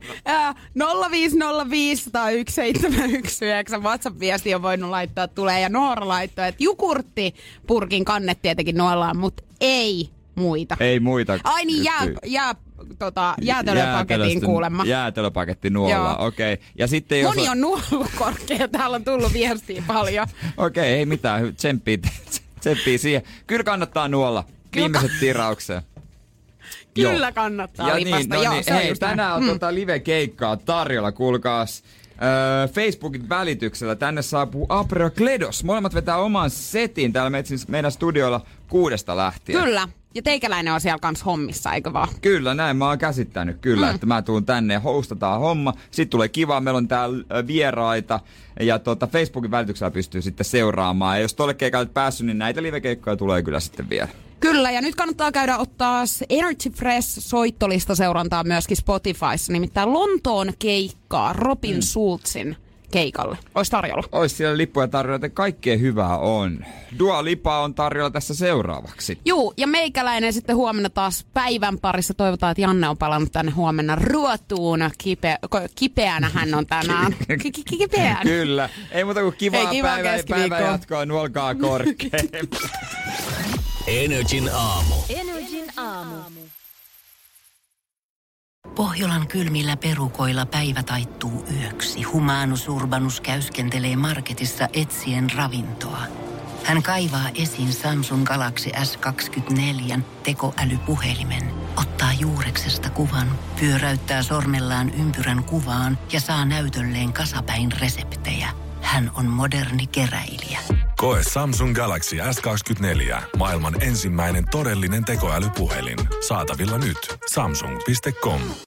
050501719 WhatsApp-viesti on voinut laittaa tulee. Ja Noora laittoi, että jogurttipurkin kannet tietenkin nuollaan, mutta ei muita. Ei muita. Ai niin, jäätelöpaketin kuulemma. Jäätelöpaketti nuollaan, okei. Ja sitten jos moni on nuollut korkea, täällä on tullut viestiä paljon. Okei, ei mitään, tsemppii siihen. Kyllä kannattaa nuolla. Viimeiset tiraukseen. Kyllä kannattaa ja lipasta. Niin, joo, niin. Hei, tänään on live-keikkaa tarjolla, kuulkaas. Facebookin välityksellä tänne saapuu April Kledos. Molemmat vetää oman setin täällä meidän studioilla 6 lähtien. Kyllä. Ja teikäläinen on siellä kans hommissa, eikö vaan? Kyllä, näin mä oon käsittänyt kyllä, että mä tuun tänne ja hostataan homma. Sitten tulee kiva, meillä on täällä vieraita ja Facebookin välityksellä pystyy sitten seuraamaan. Ja jos tolle keikalle päässyt, niin näitä livekeikkoja tulee kyllä sitten vielä. Kyllä, ja nyt kannattaa käydä ottaa Energy Fresh -soittolista seurantaa myöskin Spotifyssa, nimittäin Lontoon keikkaa Robin Schulzin keikalle. Ois tarjolla. Ois siellä lippuja tarjolla, että kaikkea hyvää on. Dua Lipa on tarjolla tässä seuraavaksi. Juu, ja meikäläinen sitten huomenna taas päivän parissa. Toivotaan, että Janne on palannut tänne huomenna ruotuun. Kipeänä hän on tänään. Kipeänä. Kyllä. Ei muuta kuin kivaa päivän jatkoa, nuolkaa korkein. Energin aamu. Pohjolan kylmillä perukoilla päivä taittuu yöksi. Humanus Urbanus käyskentelee marketissa etsien ravintoa. Hän kaivaa esiin Samsung Galaxy S24 tekoälypuhelimen, ottaa juureksesta kuvan, pyöräyttää sormellaan ympyrän kuvaan ja saa näytölleen kasapäin reseptejä. Hän on moderni keräilijä. Koe Samsung Galaxy S24. Maailman ensimmäinen todellinen tekoälypuhelin. Saatavilla nyt. Samsung.com.